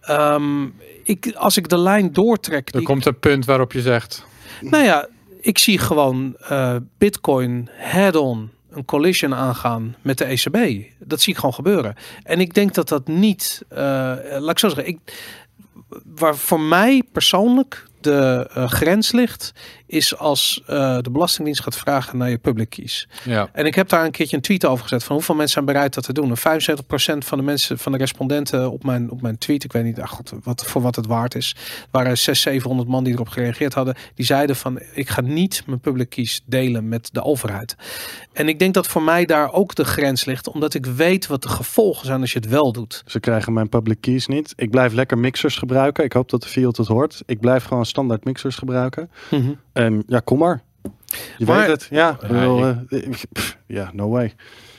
um, ik, als ik de lijn doortrek. Er die, komt een punt waarop je zegt. Nou ja, ik zie gewoon uh, Bitcoin head-on een collision aangaan met de E C B. Dat zie ik gewoon gebeuren. En ik denk dat dat niet, uh, laat ik zo zeggen, ik, waar voor mij persoonlijk de uh, grens ligt, is als uh, de Belastingdienst gaat vragen naar je public keys. Ja. En ik heb daar een keertje een tweet over gezet van hoeveel mensen zijn bereid dat te doen. En vijfenzeventig procent van de mensen, van de respondenten op mijn, op mijn tweet, ik weet niet ach, God, wat, voor wat het waard is, waren zeshonderd, zevenhonderd man die erop gereageerd hadden, die zeiden van ik ga niet mijn public keys delen met de overheid. En ik denk dat voor mij daar ook de grens ligt, omdat ik weet wat de gevolgen zijn als je het wel doet. Ze krijgen mijn public keys niet. Ik blijf lekker mixers gebruiken. Ik hoop dat de Field het hoort. Ik blijf gewoon standaard mixers gebruiken. Mm-hmm. En ja, kom maar. Je maar, weet het. Ja, ja, wil, uh, pff, ja, no way.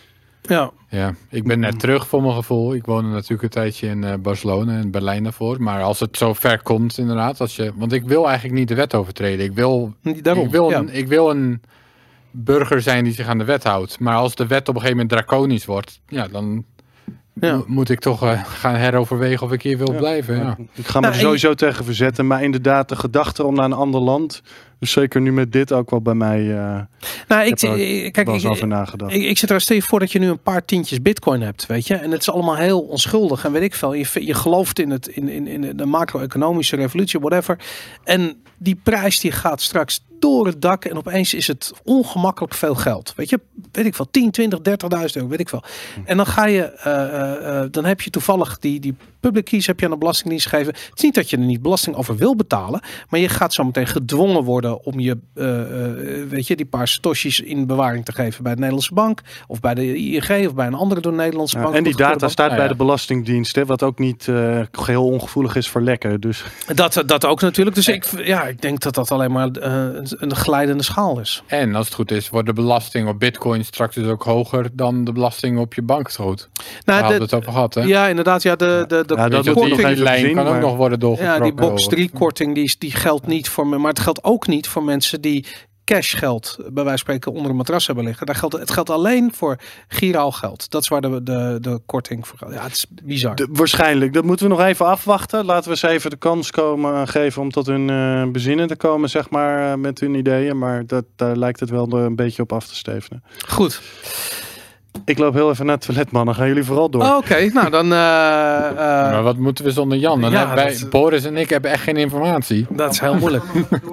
Ja. Ja, ik ben net terug voor mijn gevoel. Ik woonde natuurlijk een tijdje in uh, Barcelona en Berlijn daarvoor. Maar als het zo ver komt inderdaad. Als je, want ik wil eigenlijk niet de wet overtreden. Ik wil, Daarom, ik wil, ja. een, ik wil een burger zijn die zich aan de wet houdt. Maar als de wet op een gegeven moment draconisch wordt, ja, dan ja. mo- moet ik toch uh, gaan heroverwegen of ik hier wil ja. blijven. Ja. Ik ga me Nou, er sowieso je... tegen verzetten. Maar inderdaad, de gedachte om naar een ander land, dus zeker nu met dit ook wel bij mij. Uh, nou, ik ik, heb ik, kijk, wel eens ik, over nagedacht. Ik, ik zit er stel je voor dat je nu een paar tientjes bitcoin hebt, weet je. En het is allemaal heel onschuldig en weet ik veel. Je, je gelooft in, het, in, in, in de macro-economische revolutie, whatever. En die prijs die gaat straks door het dak en opeens is het ongemakkelijk veel geld. Weet je, weet ik veel, tien, twintig, dertigduizend euro, weet ik veel. En dan ga je, uh, uh, dan heb je toevallig die, die public keys heb je aan de Belastingdienst gegeven. Het is niet dat je er niet belasting over wil betalen, maar je gaat zo meteen gedwongen worden om je, uh, uh, weet je, die paar satoshis in bewaring te geven bij de Nederlandse bank of bij de I N G of bij een andere door de Nederlandse ja, bank. en die data bank. staat Ah, bij ja. de Belastingdienst, hè, wat ook niet uh, geheel ongevoelig is voor lekken. Dus Dat, dat ook natuurlijk. Dus ik, ja, ik denk dat dat alleen maar uh, een, een glijdende schaal is. En als het goed is, wordt de belasting op bitcoin straks dus ook hoger dan de belasting op je banktegoed. Daar Nou, hadden de, we het over gehad, hè? ja, inderdaad. Ja, de, de, de, Ja, Weet dat je, moet die, nog die even lijn zien, kan ook maar- nog worden ja, doorgetrokken. die box of- drie korting die, die geldt niet voor me. Maar het geldt ook niet voor mensen die cashgeld bij wijze van spreken onder een matras hebben liggen. Daar geldt, het geldt alleen voor giraal geld. Dat is waar de, de, de korting voor geldt. Ja, het is bizar. de, waarschijnlijk, dat moeten we nog even afwachten. Laten we eens even de kans komen geven om tot hun uh, bezinnen te komen, zeg maar, uh, met hun ideeën. Maar dat, daar lijkt het wel een beetje op af te stevenen. Goed. Ik loop heel even naar het toilet, mannen. Gaan jullie vooral door. Oh, Oké, nou dan... Uh, uh, Maar wat moeten we zonder Jan? Dan Ja, hebben wij, dat- Boris en ik hebben echt geen informatie. dat is heel moeilijk.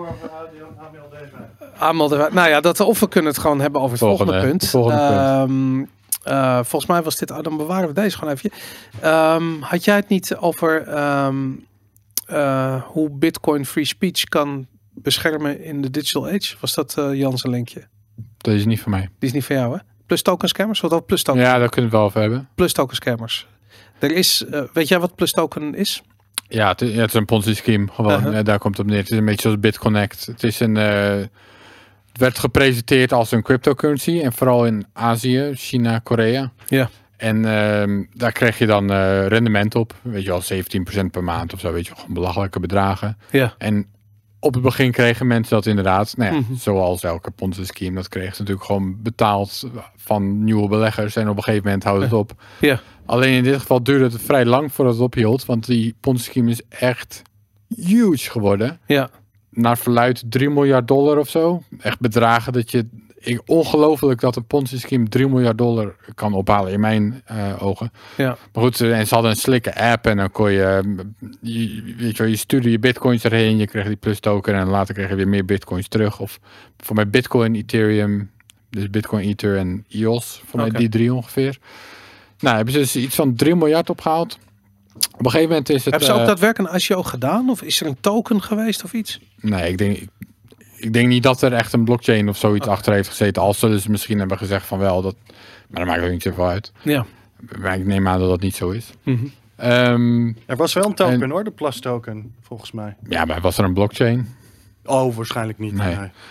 Aanmelden. Nou ja, dat, of we kunnen het gewoon hebben over het volgende, Volgende, punt. volgende punt. Ehm, uh, volgens mij was dit... Oh, dan bewaren we deze gewoon even. Um, had jij het niet over um, uh, hoe Bitcoin free speech kan beschermen in de digital age? Was dat uh, Jan's linkje? Dat is niet voor mij. Die is niet van jou, hè? Plus token scammers? Wat ook plus token? Ja, daar kunnen we het wel over hebben. Plus token scammers. Er is... Uh, weet jij wat plus token is? Ja, het, ja, het is een Ponzi scheme. Gewoon, Uh-huh. ja, daar komt het op neer. Het is een beetje zoals BitConnect. Het is een... Uh, het werd gepresenteerd als een cryptocurrency. En vooral in Azië, China, Korea. Ja. En uh, daar kreeg je dan uh, rendement op. Weet je wel, zeventien procent per maand of zo. Weet je wel, gewoon belachelijke bedragen. Ja. En op het begin kregen mensen dat inderdaad, nou ja, Mhm. zoals elke Ponzi scheme, dat kreeg ze natuurlijk gewoon betaald van nieuwe beleggers. En op een gegeven moment houdt het op. Ja. Alleen in dit geval duurde het vrij lang voordat het ophield. Want die Ponzi scheme is echt huge geworden. Ja. Naar verluidt drie miljard dollar of zo. Echt bedragen dat je... Ik, ongelooflijk dat een Ponzi scheme drie miljard dollar kan ophalen in mijn uh, ogen. Ja. Maar goed, en ze hadden een slikke app en dan kon je, je, weet je, wel, je stuurde je bitcoins erheen, je kreeg die plus token en later kreeg je weer meer bitcoins terug. Of voor mij Bitcoin, Ethereum, dus Bitcoin, Ether en E O S, voor Oké. mij die drie ongeveer. Nou, hebben ze dus iets van drie miljard opgehaald. Op een gegeven moment is het... Hebben ze ook uh, daadwerkelijk een I C O gedaan? Of is er een token geweest of iets? Nee, ik denk, ik, ik denk niet dat er echt een blockchain of zoiets Oké. achter heeft gezeten. Al zullen ze misschien hebben gezegd van wel, dat, maar dat maakt ook niet zoveel uit. Ja. Maar ik neem aan dat dat niet zo is. Mhm. Ehm, Er was wel een token En- hoor, de plus token, volgens mij. ja, maar was er een blockchain? Oh, waarschijnlijk niet. Nee. Nee.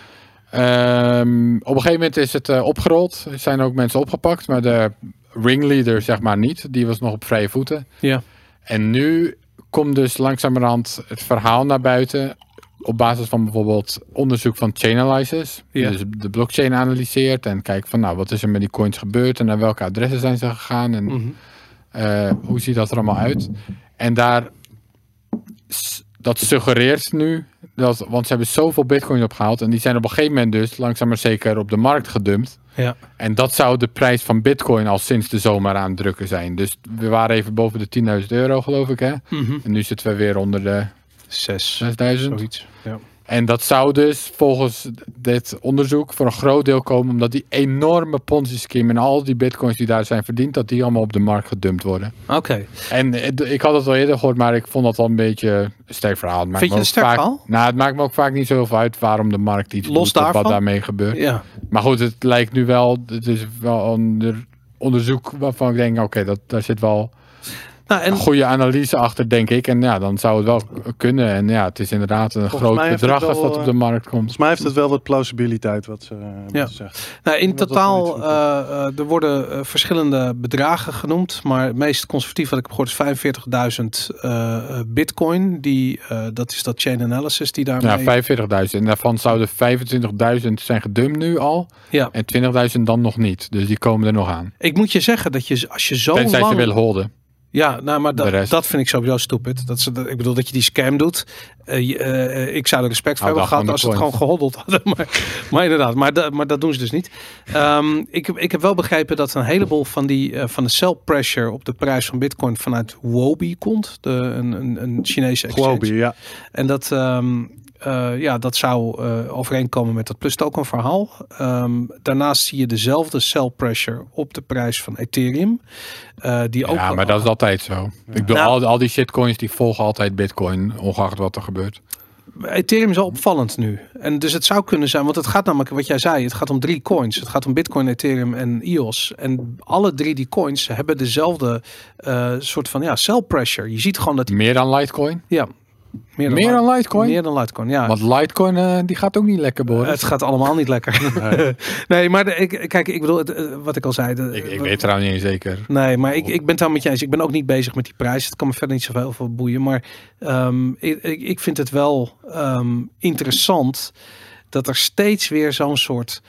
Ehm, op een gegeven moment is het uh, opgerold. Er zijn ook mensen opgepakt, maar de ringleader zeg maar niet. Die was nog op vrije voeten. Ja. En nu komt dus langzamerhand het verhaal naar buiten op basis van bijvoorbeeld onderzoek van Chainalysis. Die Ja. dus de blockchain analyseert en kijkt van nou, wat is er met die coins gebeurd en naar welke adressen zijn ze gegaan en Mhm. uh, hoe ziet dat er allemaal uit. En daar, s- dat suggereert nu, dat, want ze hebben zoveel bitcoins opgehaald en die zijn op een gegeven moment dus langzaam maar zeker op de markt gedumpt. Ja. En dat zou de prijs van bitcoin al sinds de zomer aan het drukken zijn. Dus we waren even boven de tienduizend euro geloof ik hè. Mhm. En nu zitten we weer onder de Zes. zesduizend. Zoiets. Ja. En dat zou dus volgens dit onderzoek voor een groot deel komen omdat die enorme Ponzi scheme en al die bitcoins die daar zijn verdiend, dat die allemaal op de markt gedumpt worden. Oké. En eh, ik had het al eerder gehoord, maar ik vond dat al een beetje een sterk verhaal. Het maakt Vind me je ook het een sterk vaak, verhaal? Nou, het maakt me ook vaak niet zo heel veel uit waarom de markt iets Los doet of wat daarvan? daarmee gebeurt. Ja. Maar goed, het lijkt nu wel, het is wel een onderzoek waarvan ik denk, oké, dat daar zit wel Nou, en een goede analyse achter, denk ik. En ja, dan zou het wel kunnen. En ja, het is inderdaad een Volgens groot mij heeft bedrag het wel, als dat op de markt komt. Volgens mij heeft het wel wat plausibiliteit wat ze, wat Ja. ze zegt. nou, in dat dat totaal, wel iets uh, uh, er worden uh, verschillende bedragen genoemd. Maar het meest conservatief wat ik heb gehoord is vijfenveertigduizend uh, uh, bitcoin. Die, uh, dat is dat chain analysis die daarmee... Ja, vijfenveertigduizend. En daarvan zouden vijfentwintigduizend zijn gedumpt nu al. Ja. En twintigduizend dan nog niet. Dus die komen er nog aan. Ik moet je zeggen dat je als je zo Tenzij lang... ze willen holden. Ja, nou, maar De dat, rest. dat vind ik sowieso stupid. Dat ze, dat, ik bedoel dat je die scam doet. Uh, je, uh, ik zou er respect voor Hou hebben dag gehad van als de ze het gewoon coins. gehoddeld hadden. Maar, maar inderdaad, maar, da, maar dat doen ze dus niet. Um, ik, heb- ik heb wel begrepen dat een heleboel van, die, uh, van de sell pressure op de prijs van bitcoin vanuit Huobi komt. De, een, een, een Chinese exchange. Huobi, ja. En dat, um, uh, ja, dat zou uh, overeenkomen met dat plus token verhaal. Um, daarnaast zie je dezelfde sell pressure op de prijs van Ethereum. Uh, die ook ja, maar dat is altijd zo. Ja. Ik bedoel, nou, al, al die shitcoins die volgen altijd Bitcoin, ongeacht wat er gebeurt. Ethereum is al opvallend nu. En dus het zou kunnen zijn, want het gaat namelijk, wat jij zei, het gaat om drie coins. Het gaat om Bitcoin, Ethereum en E O S. En alle drie die coins hebben dezelfde uh, soort van ja, sell pressure. Je ziet gewoon dat... Die... Meer dan Litecoin? Ja. Meer dan, meer dan Litecoin? Meer dan Litecoin, ja. Want Litecoin, uh, die gaat ook niet lekker, Boris. Uh, het gaat allemaal niet lekker. Nee, nee maar de, ik, kijk, ik bedoel, het, uh, wat ik al zei. De, ik ik weet trouwens niet zeker. Nee, maar ik, ik ben het wel met je eens. Ik ben ook niet bezig met die prijs. Het kan me verder niet zoveel veel boeien. Maar um, ik, ik vind het wel um, interessant dat er steeds weer zo'n soort...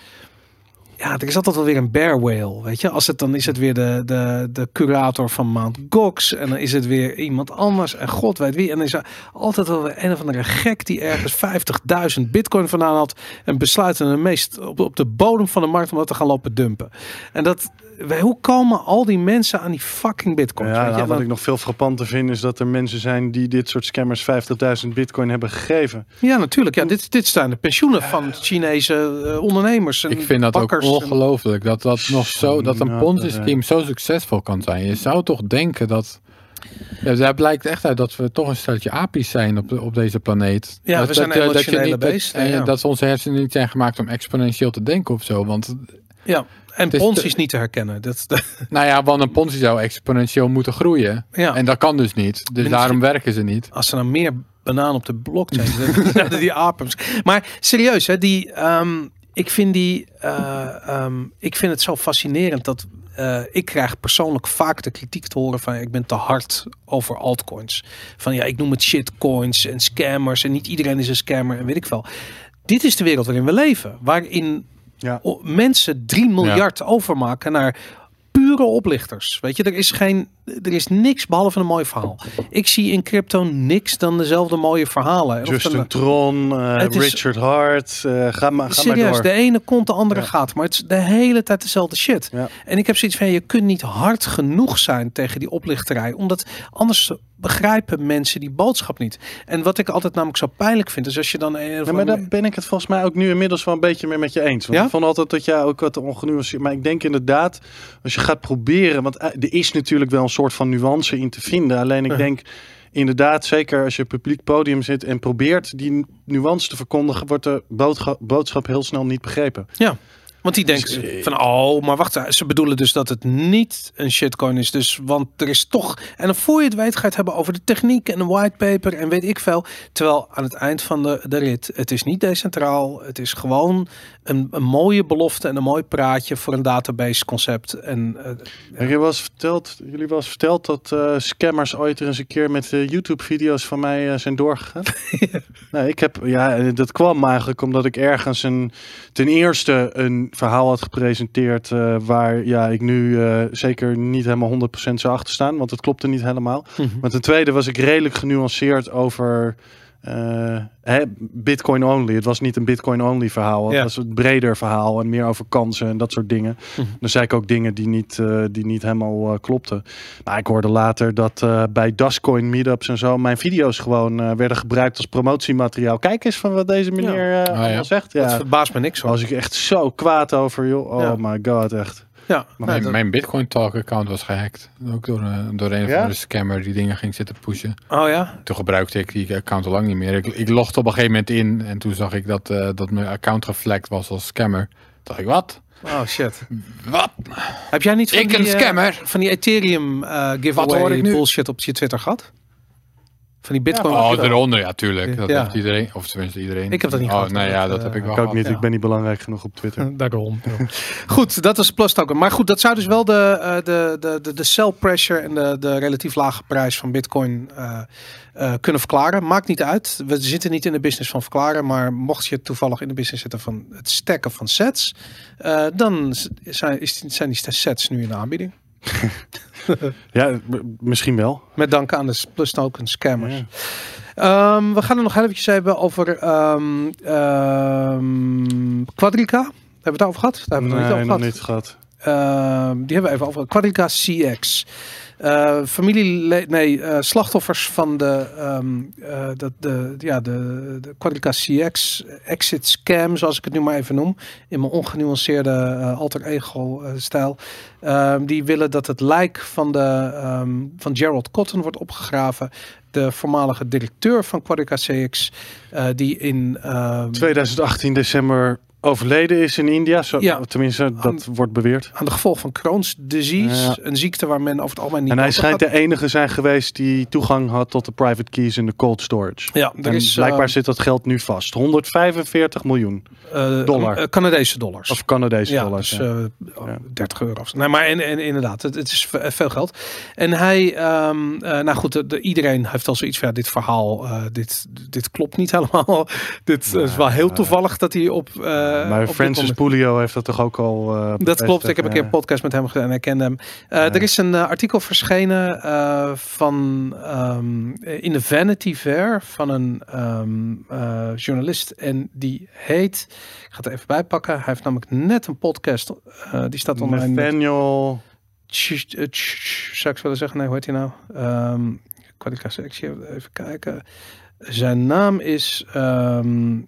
Ja, er is altijd wel weer een bear whale, weet je. Als het dan is het weer de, de, de curator van Mount Gox en dan is het weer iemand anders en god weet wie. En dan is er altijd wel weer een of andere gek die ergens vijftigduizend bitcoin vandaan had en besluiten de meest op, op de bodem van de markt om dat te gaan lopen dumpen. En dat... Hoe komen al die mensen aan die fucking bitcoin? Ja, nou, wat ik nog veel frappanter vind is dat er mensen zijn die dit soort scammers vijftigduizend bitcoin hebben gegeven. Ja, natuurlijk. Ja, dit, dit zijn de pensioenen van Chinese uh, ondernemers. En ik vind dat ook ongelooflijk. Dat, dat, nog zo, dat een Ponzi-scheme zo succesvol kan zijn. Je zou toch denken dat... Ja, daar blijkt echt uit dat we toch een stelletje apies zijn op, de, op deze planeet. Ja, dat, we zijn dat, emotionele dat, beesten. dat, ja. dat onze hersenen niet zijn gemaakt om exponentieel te denken of zo. Want... Ja. En Ponzi is niet te herkennen. Dat, dat... Nou ja, want een Ponzi zou exponentieel moeten groeien. Ja. En dat kan dus niet. Dus daarom je, werken ze niet. Als ze nou meer banaan op de blockchain zetten, die apens. Maar serieus, hè, die, um, ik vind die, uh, um, ik vind het zo fascinerend dat uh, ik krijg persoonlijk vaak de kritiek te horen van ik ben te hard over altcoins. Van ja, ik noem het shitcoins en scammers en niet iedereen is een scammer en weet ik veel. Dit is de wereld waarin we leven, waarin Ja. mensen drie miljard ja. overmaken naar pure oplichters. Weet je, er is geen, er is niks behalve een mooi verhaal. Ik zie in crypto niks dan dezelfde mooie verhalen. Justin dan, Tron, uh, Richard is, Hart, uh, ga, maar, ga serieus, maar door. De ene komt, de andere ja. gaat. Maar het is de hele tijd dezelfde shit. Ja. En ik heb zoiets van, je kunt niet hard genoeg zijn tegen die oplichterij. Omdat anders begrijpen mensen die boodschap niet. En wat ik altijd namelijk zo pijnlijk vind, is als je dan... Een ja, maar daar ben ik het volgens mij ook nu inmiddels wel een beetje meer met je eens. Want ja? ik vond altijd dat jij ook wat ongenuanceerd... Maar ik denk inderdaad, als je gaat proberen... Want er is natuurlijk wel een soort van nuance in te vinden. Alleen ik uh. denk... Inderdaad, zeker als je op publiek podium zit en probeert die nuance te verkondigen, wordt de boodschap, boodschap heel snel niet begrepen. Ja. Want die denkt dus, van, oh, maar wacht, ze bedoelen dus dat het niet een shitcoin is. Dus, want er is toch... En dan voor je het weet ga je het hebben over de techniek en een whitepaper en weet ik veel. Terwijl aan het eind van de, de rit, het is niet decentraal. Het is gewoon een, een mooie belofte en een mooi praatje voor een database concept. En, uh, ja. jullie, was verteld, jullie was verteld dat uh, scammers ooit er eens een keer met uh, YouTube-video's van mij uh, zijn doorgegaan. nou, ik heb, ja, dat kwam eigenlijk omdat ik ergens een, ten eerste een verhaal had gepresenteerd uh, waar ja, ik nu uh, zeker niet helemaal honderd procent zou achter staan, want het klopte niet helemaal. Mm-hmm. Maar ten tweede was ik redelijk genuanceerd over uh, hè, Bitcoin only. Het was niet een Bitcoin only verhaal. Het ja. was een breder verhaal en meer over kansen en dat soort dingen. Mm-hmm. Dan zei ik ook dingen die niet, uh, die niet helemaal uh, klopten. Maar ik hoorde later dat uh, bij Dascoin meetups en zo mijn video's gewoon uh, werden gebruikt als promotiemateriaal. Kijk eens van wat deze meneer ja. uh, oh, ja. zegt. Ja. Dat verbaast me niks hoor. Was ik echt zo kwaad over, joh. Oh ja. my god, echt. Ja, mijn, dat... mijn Bitcoin Talk account was gehackt. Ook door, uh, door een ja? of de scammer die dingen ging zitten pushen. Oh ja? Toen gebruikte ik die account al lang niet meer. Ik, ik logde op een gegeven moment in en toen zag ik dat, uh, dat mijn account geflagd was als scammer. Toen dacht ik, wat? Oh shit. Wat? Heb jij niet van ik die, een scammer? Uh, van die Ethereum uh, giveaway bullshit op je Twitter gehad? Van die Bitcoin. Ja, oh, eronder, ja, tuurlijk. Dat ja. heeft iedereen, of tenminste iedereen. Ik heb dat niet oh, gehad. Nee, ja, dat uh, heb ik wel ik gehad. ook niet. Ja. Ik ben niet belangrijk genoeg op Twitter. Daarom. Goed, dat was plus token. Maar goed, dat zou dus wel de, uh, de, de, de, de sell pressure en de, de relatief lage prijs van Bitcoin uh, uh, kunnen verklaren. Maakt niet uit. We zitten niet in de business van verklaren. Maar mocht je toevallig in de business zitten van het stacken van sets, uh, dan zijn, is, zijn die sets nu in de aanbieding. ja, m- misschien wel. Met dank aan de plus token scammers. Ja. Um, we gaan er nog heel eventjes hebben over um, um, Quadriga. Hebben we het over gehad? Daar hebben we nee, het niet over nog gehad. niet gehad. uh, die hebben we even over. Quadriga C X. Uh, familie, nee, uh, slachtoffers van de, um, uh, de, de, ja, de, de Quadriga C X exit scam, zoals ik het nu maar even noem, in mijn ongenuanceerde uh, alter ego uh, stijl. Uh, die willen dat het lijk van, de, um, van Gerald Cotton wordt opgegraven. De voormalige directeur van Quadriga C X, uh, die in uh, twintig achttien december overleden is in India. Zo, ja, tenminste, dat aan, wordt beweerd. Aan de gevolg van Crohn's disease. Ja. Een ziekte waar men over het algemeen niet... En hij schijnt gaat. de enige zijn geweest die toegang had tot de private keys in de cold storage. Ja, er en is, blijkbaar uh, zit dat geld nu vast. honderdvijfenveertig miljoen uh, dollar. Uh, Canadese dollars. Of Canadese ja, dollars. Dus, ja. uh, ja. dertig euro. Nee, maar en, en, inderdaad, het, het is veel geld. En hij, um, uh, nou goed, de, de, iedereen heeft al zoiets van, ja, dit verhaal, uh, dit, dit klopt niet helemaal. dit uh, is wel heel toevallig dat hij op... Uh, maar op Francis Pouliot heeft dat toch ook al uh, dat klopt, ik heb een keer een podcast met hem gedaan en ik kende hem. Uh, ja. Er is een uh, artikel verschenen uh, van um, in de Vanity Fair van een um, uh, journalist en die heet, ik ga het er even bijpakken, hij heeft namelijk net een podcast, uh, die staat online. Nathaniel... Zou ik willen zeggen, nee, hoe heet hij nou? Um, Quadriga C X, even kijken. Zijn naam is um,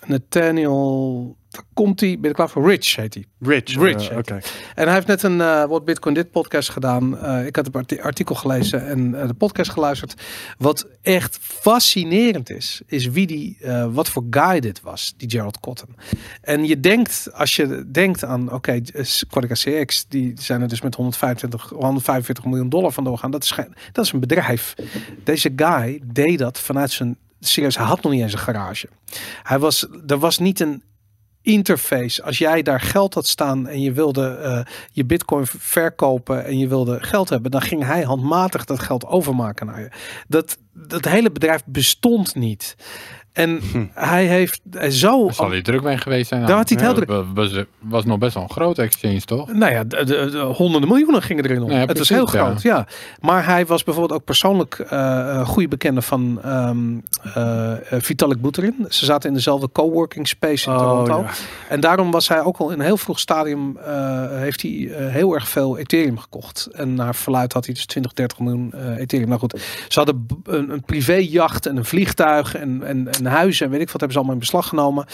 Nathaniel... Komt hij, ben ik klaar voor? Rich heet hij. Rich. Rich uh, Oké. Okay. En hij heeft net een uh, What Bitcoin Dit podcast gedaan. Uh, ik had het artikel gelezen en uh, de podcast geluisterd. Wat echt fascinerend is, is wie die, uh, wat voor guy dit was, die Gerald Cotton. En je denkt, als je denkt aan, oké, okay, Quadriga C X, die zijn er dus met honderdvijfentwintig, honderdvijfenveertig miljoen dollar van doorgaan. Dat is, dat is een bedrijf. Deze guy deed dat vanuit zijn, serieus, hij had nog niet eens een garage. Hij was, er was niet een interface. Als jij daar geld had staan en je wilde uh, je bitcoin verkopen en je wilde geld hebben, dan ging hij handmatig dat geld overmaken naar je. Dat, dat hele bedrijf bestond niet. En hm. hij heeft zo... Daar zal hij druk mee geweest zijn. Daar had hij het heel druk. Was, was, was nog best wel een groot exchange, toch? Nou ja, de, de, de honderden miljoenen gingen erin om. Nee, het precies, was heel groot, ja. ja. Maar hij was bijvoorbeeld ook persoonlijk uh, goede bekende van um, uh, Vitalik Buterin. Ze zaten in dezelfde coworking space in Toronto. Oh, ja. En daarom was hij ook al in een heel vroeg stadium, uh, heeft hij uh, heel erg veel Ethereum gekocht. En naar verluid had hij dus twintig, dertig miljoen uh, Ethereum. Nou goed, ze hadden een, een privéjacht en een vliegtuig en, en, en huizen en weet ik wat hebben ze allemaal in beslag genomen.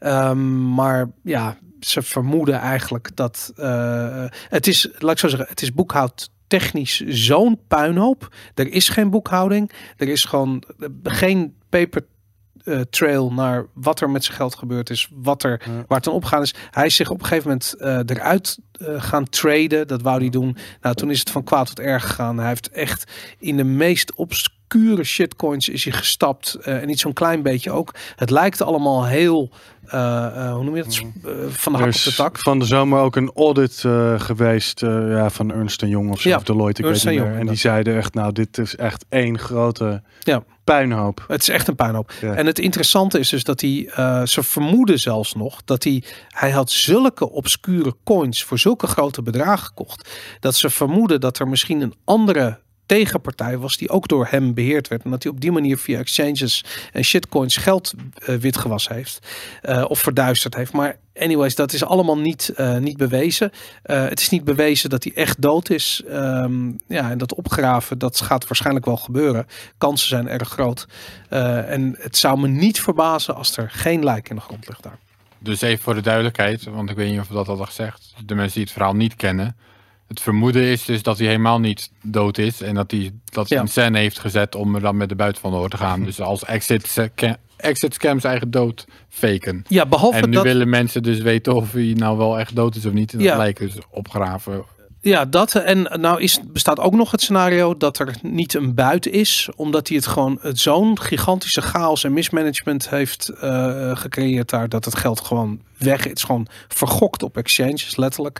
Um, maar ja, ze vermoeden eigenlijk dat uh, het is, laat ik zo zeggen, het is boekhoudtechnisch zo'n puinhoop. Er is geen boekhouding. Er is gewoon geen paper uh, trail naar wat er met zijn geld gebeurd is, wat er, ja. waar het aan opgegaan is. Hij is zich op een gegeven moment uh, eruit uh, gaan traden. Dat wou hij doen. Nou, toen is het van kwaad tot erg gegaan. Hij heeft echt in de meest obscure shitcoins is hij gestapt. Uh, en niet zo'n klein beetje ook. Het lijkt allemaal heel Uh, uh, hoe noem je dat? Uh, van de hak op de tak. Van de zomer ook een audit uh, geweest uh, ja, van Ernst en Young of zo, ja, of Deloitte, ik Ernst weet niet meer. meer. En ja. die zeiden echt, nou, dit is echt één grote ja. puinhoop. Het is echt een puinhoop. Ja. En het interessante is dus dat hij, uh, ze vermoeden zelfs nog, dat hij, hij had zulke obscure coins voor zulke grote bedragen gekocht, dat ze vermoeden dat er misschien een andere tegenpartij was die ook door hem beheerd werd en dat hij op die manier via exchanges en shitcoins geld uh, witgewassen heeft uh, of verduisterd heeft. Maar anyways, dat is allemaal niet, uh, niet bewezen. Uh, het is niet bewezen dat hij echt dood is. Um, ja, en dat opgraven, dat gaat waarschijnlijk wel gebeuren. Kansen zijn erg groot. Uh, en het zou me niet verbazen als er geen lijk in de grond ligt daar. Dus even voor de duidelijkheid, want ik weet niet of dat al gezegd. De mensen die het verhaal niet kennen. Het vermoeden is dus dat hij helemaal niet dood is. En dat hij dat ja. in scène heeft gezet om er dan met de buiten van door te gaan. Dus als exit, exit scams eigen dood faken. Ja, behalve en nu dat... willen mensen dus weten of hij nou wel echt dood is of niet. En dat ja. lijkt dus opgraven. Ja, dat. En nou is, bestaat ook nog het scenario dat er niet een buit is. Omdat hij het gewoon het zo'n gigantische chaos en mismanagement heeft uh, gecreëerd daar. Dat het geld gewoon weg is. Het is gewoon vergokt op exchanges, letterlijk.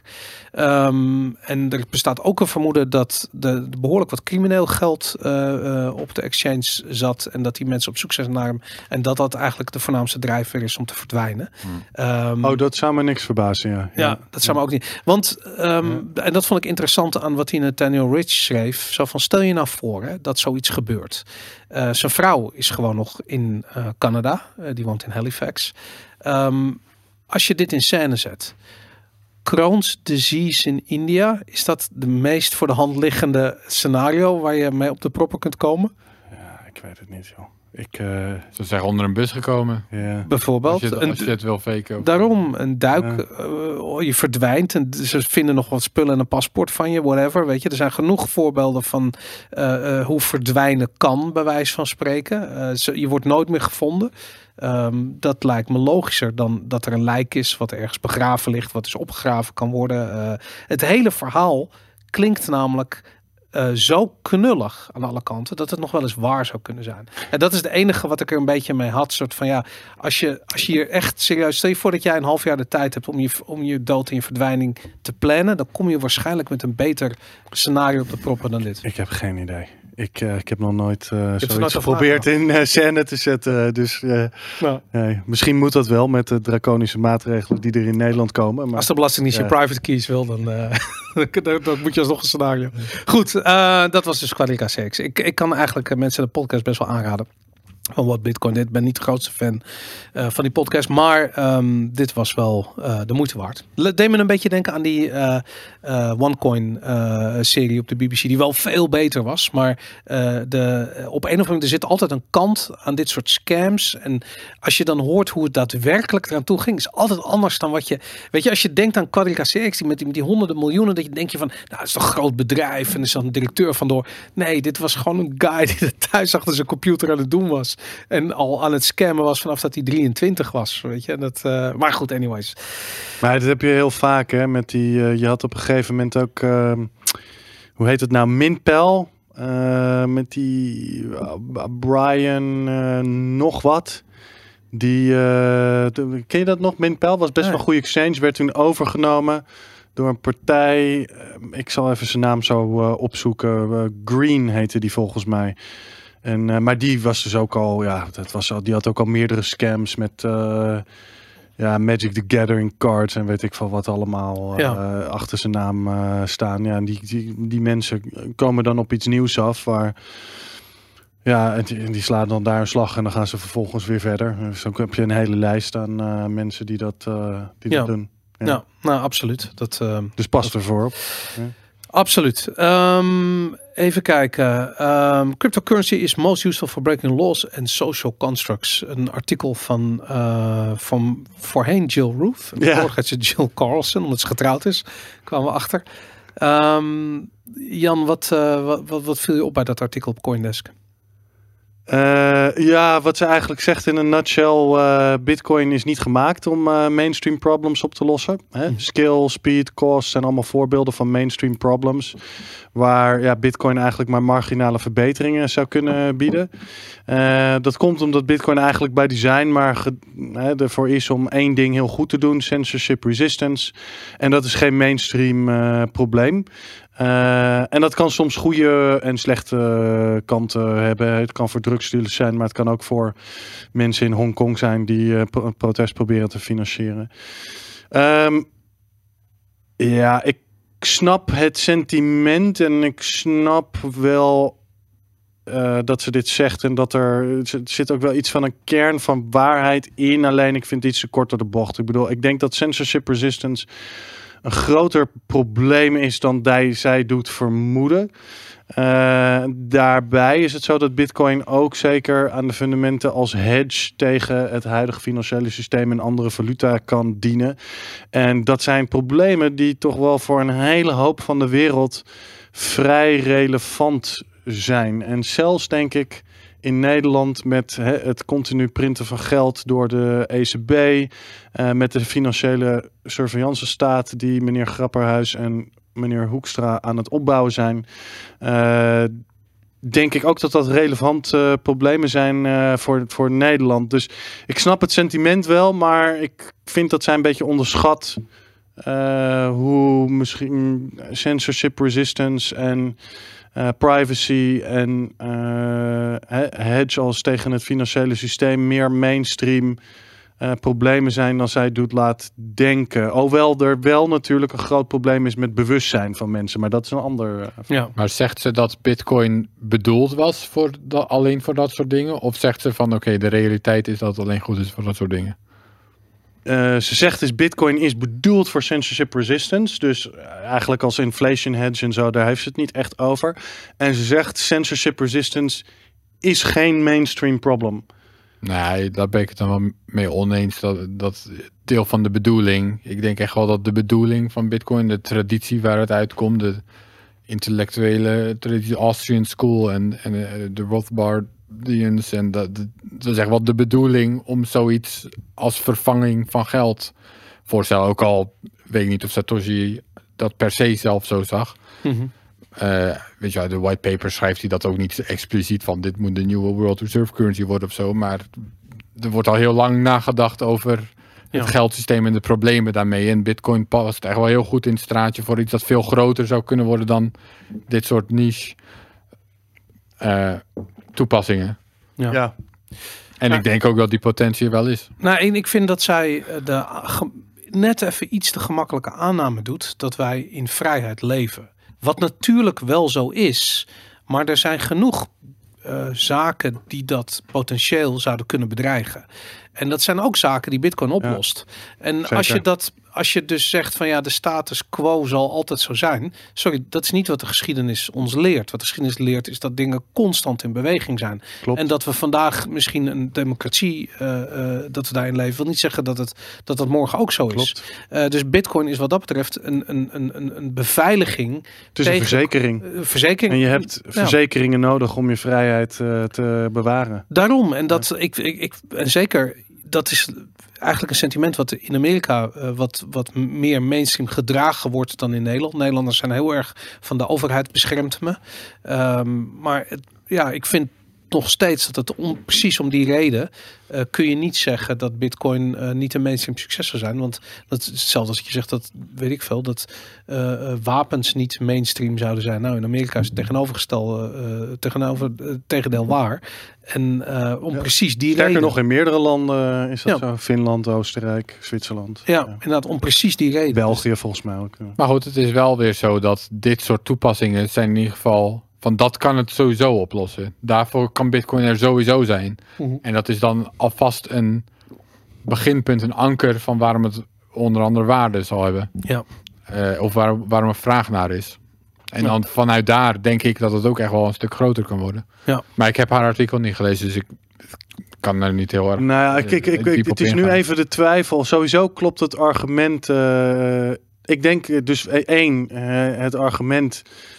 Um, en er bestaat ook een vermoeden dat de, de behoorlijk wat crimineel geld uh, uh, op de exchange zat. En dat die mensen op zoek zijn naar hem. En dat dat eigenlijk de voornaamste drijfveer is om te verdwijnen. Hmm. Um, oh, dat zou me niks verbazen, ja. Ja, ja dat zou me ook niet. Want, um, ja. en dat vond ik interessant aan wat hij Nathaniel Rich schreef. Zo van, stel je nou voor hè, dat zoiets gebeurt. Uh, zijn vrouw is gewoon nog in uh, Canada. Uh, die woont in Halifax. Um, als je dit in scène zet, Crohn's disease in India, is dat de meest voor de hand liggende scenario waar je mee op de proppen kunt komen? Ja, ik weet het niet, joh. Ik, uh, Ze zijn onder een bus gekomen. yeah. Bijvoorbeeld. Als je, een, als je het wil faken. Of... Daarom, een duik, Ja. uh, je verdwijnt en ze vinden nog wat spullen en een paspoort van je, whatever. Weet je, er zijn genoeg voorbeelden van uh, uh, hoe verdwijnen kan, bij wijze van spreken. Uh, ze, je wordt nooit meer gevonden. Um, dat lijkt me logischer dan dat er een lijk is wat ergens begraven ligt, wat dus opgegraven kan worden. Uh, het hele verhaal klinkt namelijk Uh, zo knullig aan alle kanten dat het nog wel eens waar zou kunnen zijn. En dat is het enige wat ik er een beetje mee had. Soort van ja, als je, als je hier echt serieus, stel je voor dat jij een half jaar de tijd hebt om je, om je dood en je verdwijning te plannen, dan kom je waarschijnlijk met een beter scenario op de proppen dan dit. Ik heb geen idee. Ik, uh, ik heb nog nooit uh, nooit zoiets geprobeerd in uh, scène te zetten. Dus uh, Nou, nee, misschien moet dat wel met de draconische maatregelen die er in Nederland komen. Maar als de Belastingdienst Ja. je private keys wil, dan, uh, dan, dan moet je alsnog een scenario. Goed, uh, dat was dus Quadriga C X. Ik, ik kan eigenlijk uh, mensen de podcast best wel aanraden. Van wat Bitcoin dit. Ik ben niet de grootste fan uh, van die podcast. Maar um, dit was wel uh, de moeite waard. Le- Deed me een beetje denken aan die uh, uh, OneCoin uh, serie op de B B C. Die wel veel beter was. Maar uh, de, op een of andere manier er zit altijd een kant aan dit soort scams. En als je dan hoort hoe het daadwerkelijk eraan toe ging. Is altijd anders dan wat je... Weet je, als je denkt aan Quadriga C X. Die met, die met die honderden miljoenen. Dat je denk je van... Nou, het is toch een groot bedrijf. En er is dan een directeur vandoor. Nee, dit was gewoon een guy die er thuis achter zijn computer aan het doen was. En al aan het scammen was vanaf dat hij drieëntwintig was. Weet je, dat, uh, maar goed, anyways. Maar dat heb je heel vaak, hè? Met die, uh, je had op een gegeven moment ook, uh, hoe heet het nou, Minpel. Uh, met die uh, Brian uh, nog wat. Die, uh, de, ken je dat nog? Minpel was best Nee. wel een goede exchange. Werd toen overgenomen door een partij. Uh, ik zal even zijn naam zo uh, opzoeken. Uh, Green heette die volgens mij. En, uh, maar die was dus ook al, ja, dat was al, die had ook al meerdere scams met uh, ja, Magic the Gathering cards en weet ik veel wat allemaal uh, Ja. achter zijn naam uh, staan. Ja, en die, die, die mensen komen dan op iets nieuws af waar, ja, en die, en die slaan dan daar een slag en dan gaan ze vervolgens weer verder. Dus dan heb je een hele lijst aan uh, mensen die dat, uh, die Ja. dat doen. Ja. Ja, nou, absoluut. Dat, uh, Dus pas ervoor op. absoluut. Um, even kijken. Um, cryptocurrency is most useful for breaking laws and social constructs. Een artikel van, uh, van voorheen Jill Ruth. En Ja. Vorige is Jill Carlson, omdat ze getrouwd is. Kwamen we achter. Um, Jan, wat, uh, wat, wat, wat viel je op bij dat artikel op CoinDesk? Uh, ja, wat ze eigenlijk zegt in een nutshell, uh, Bitcoin is niet gemaakt om uh, mainstream problems op te lossen. Hè? Hm. Skill, speed, cost zijn allemaal voorbeelden van mainstream problems. Waar ja, Bitcoin eigenlijk maar marginale verbeteringen zou kunnen bieden. Uh, dat komt omdat Bitcoin eigenlijk bij design maar ge- hè, ervoor is om één ding heel goed te doen. Censorship resistance. En dat is geen mainstream uh, probleem. Uh, en dat kan soms goede en slechte kanten hebben. Het kan voor drugsdealers zijn, maar het kan ook voor mensen in Hongkong zijn die uh, pro- een protest proberen te financieren. Um, ja, ik snap het sentiment en ik snap wel uh, dat ze dit zegt en dat er, er zit ook wel iets van een kern van waarheid in. Alleen ik vind het iets te kort door de bocht. Ik bedoel, ik denk dat censorship resistance een groter probleem is dan die zij doet vermoeden. Uh, daarbij is het zo dat Bitcoin ook zeker aan de fundamenten als hedge tegen het huidige financiële systeem en andere valuta kan dienen. En dat zijn problemen die toch wel voor een hele hoop van de wereld vrij relevant zijn. En zelfs denk ik in Nederland met he, het continu printen van geld door de E C B, uh, met de financiële surveillance staat die meneer Grapperhuis en meneer Hoekstra aan het opbouwen zijn, uh, denk ik ook dat dat relevante uh, problemen zijn uh, voor, voor Nederland. Dus ik snap het sentiment wel, maar ik vind dat zij een beetje onderschat uh, hoe misschien censorship resistance en Uh, privacy en uh, hedge als tegen het financiële systeem meer mainstream uh, problemen zijn dan zij doet laat denken. Hoewel er wel natuurlijk een groot probleem is met bewustzijn van mensen, maar dat is een ander. Uh, Ja. Maar zegt ze dat Bitcoin bedoeld was voor da- alleen voor dat soort dingen? Of zegt ze van oké, okay, de realiteit is dat het alleen goed is voor dat soort dingen? Uh, ze zegt dus Bitcoin is bedoeld voor censorship resistance. Dus uh, eigenlijk als inflation hedge en zo, daar heeft ze het niet echt over. En ze zegt censorship resistance is geen mainstream problem. Nee, daar ben ik het dan wel mee oneens. Dat, dat deel van de bedoeling. Ik denk echt wel dat de bedoeling van Bitcoin, de traditie waar het uitkomt, de intellectuele traditie, Austrian School en, en uh, de Rothbardians. En dat, dat is echt wel de bedoeling om zoiets als vervanging van geld voorstellen. Ook al weet ik niet of Satoshi dat per se zelf zo zag. Mm-hmm. Uh, weet je, de white paper schrijft hij dat ook niet expliciet van dit moet de nieuwe World Reserve Currency worden of zo. Maar er wordt al heel lang nagedacht over het ja. geldsysteem en de problemen daarmee. En Bitcoin past echt wel heel goed in het straatje voor iets dat veel groter zou kunnen worden dan dit soort niche uh, toepassingen. Ja. ja. En ja. ik denk ook dat die potentie er wel is. Nou, en ik vind dat zij de, net even iets te gemakkelijke aanname doet dat wij in vrijheid leven. Wat natuurlijk wel zo is, maar er zijn genoeg uh, zaken die dat potentieel zouden kunnen bedreigen. En dat zijn ook zaken die Bitcoin oplost. Ja, en zeker. als je dat, als je dus zegt van ja, de status quo zal altijd zo zijn. Sorry, dat is niet wat de geschiedenis ons leert. Wat de geschiedenis leert is dat dingen constant in beweging zijn. Klopt. En dat we vandaag misschien een democratie, uh, uh, dat we daarin leven, wil niet zeggen dat het dat dat morgen ook zo Klopt. is. Uh, dus Bitcoin is wat dat betreft een, een, een, een beveiliging. Het is tegen, een verzekering. Uh, verzekering. En je hebt ja. verzekeringen nodig om je vrijheid uh, te bewaren. Daarom. En dat ja. ik, ik, ik en zeker. Dat is eigenlijk een sentiment wat in Amerika uh, wat, wat meer mainstream gedragen wordt dan in Nederland. Nederlanders zijn heel erg van de overheid beschermt me. Um, maar het, ja, ik vind nog steeds dat het om, precies om die reden uh, kun je niet zeggen dat Bitcoin uh, niet een mainstream succes zou zijn. Want dat is hetzelfde als je zegt dat, weet ik veel, dat uh, uh, wapens niet mainstream zouden zijn. Nou, in Amerika is het tegenovergestelde, uh, tegenover, uh, tegendeel waar. En uh, om ja. precies die Sterker reden. nog, in meerdere landen is dat ja. zo. Finland, Oostenrijk, Zwitserland. Ja, ja, inderdaad, om precies die reden. België volgens mij ook. Ja. Maar goed, het is wel weer zo dat dit soort toepassingen zijn in ieder geval van dat kan het sowieso oplossen. Daarvoor kan Bitcoin er sowieso zijn. Uh-huh. En dat is dan alvast een beginpunt, een anker van waarom het onder andere waarde zal hebben. Ja. Uh, of waar, waarom een vraag naar is. En ja. dan vanuit daar denk ik dat het ook echt wel een stuk groter kan worden. Ja. Maar ik heb haar artikel niet gelezen, dus ik kan er niet heel erg. Nou ja, ik, ik, ik, ik, het is nu even de twijfel. Sowieso klopt het argument. Uh, ik denk dus één, uh, het argument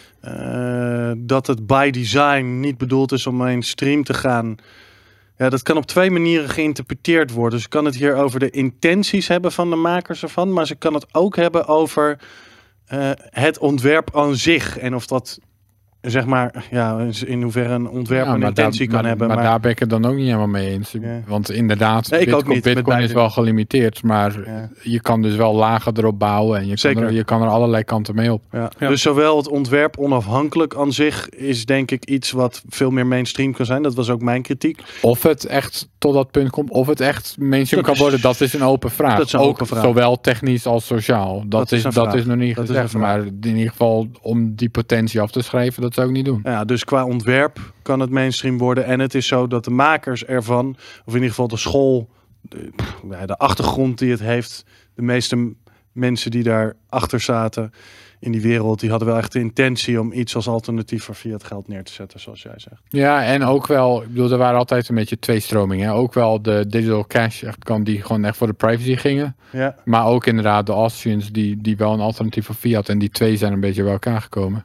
uh, dat het by design niet bedoeld is om mainstream te gaan. Ja, dat kan op twee manieren geïnterpreteerd worden. Dus kan het hier over de intenties hebben van de makers ervan, maar ze kan het ook hebben over uh, het ontwerp aan zich en of dat, zeg maar, ja, in hoeverre een ontwerp ja, een intentie daar, kan maar, hebben. Maar, maar daar ben ik het dan ook niet helemaal mee eens. Ja. Want inderdaad, nee, Bitcoin, niet, Bitcoin is wel gelimiteerd, maar ja. je kan dus wel lagen erop bouwen en je kan, er, je kan er allerlei kanten mee op. Ja. Ja. Dus zowel het ontwerp onafhankelijk aan zich is denk ik iets wat veel meer mainstream kan zijn. Dat was ook mijn kritiek. Of het echt tot dat punt komt, of het echt mainstream dat kan worden, dat is een open vraag. Dat is een ook open vraag. Zowel technisch als sociaal. Dat, dat is, is dat is nog niet dat gezegd, maar in ieder geval om die potentie af te schrijven, dat zou ik niet doen. Ja, dus qua ontwerp kan het mainstream worden. En het is zo dat de makers ervan, of in ieder geval de school, de, de achtergrond die het heeft, de meeste mensen die daar achter zaten in die wereld, die hadden wel echt de intentie om iets als alternatief voor fiat geld neer te zetten, zoals jij zegt. Ja, en ook wel, ik bedoel, er waren altijd een beetje twee stromingen. Ook wel de digital cash kan die gewoon echt voor de privacy gingen. Ja. Maar ook inderdaad de Austrians die, die wel een alternatief voor fiat. En die twee zijn een beetje bij elkaar gekomen.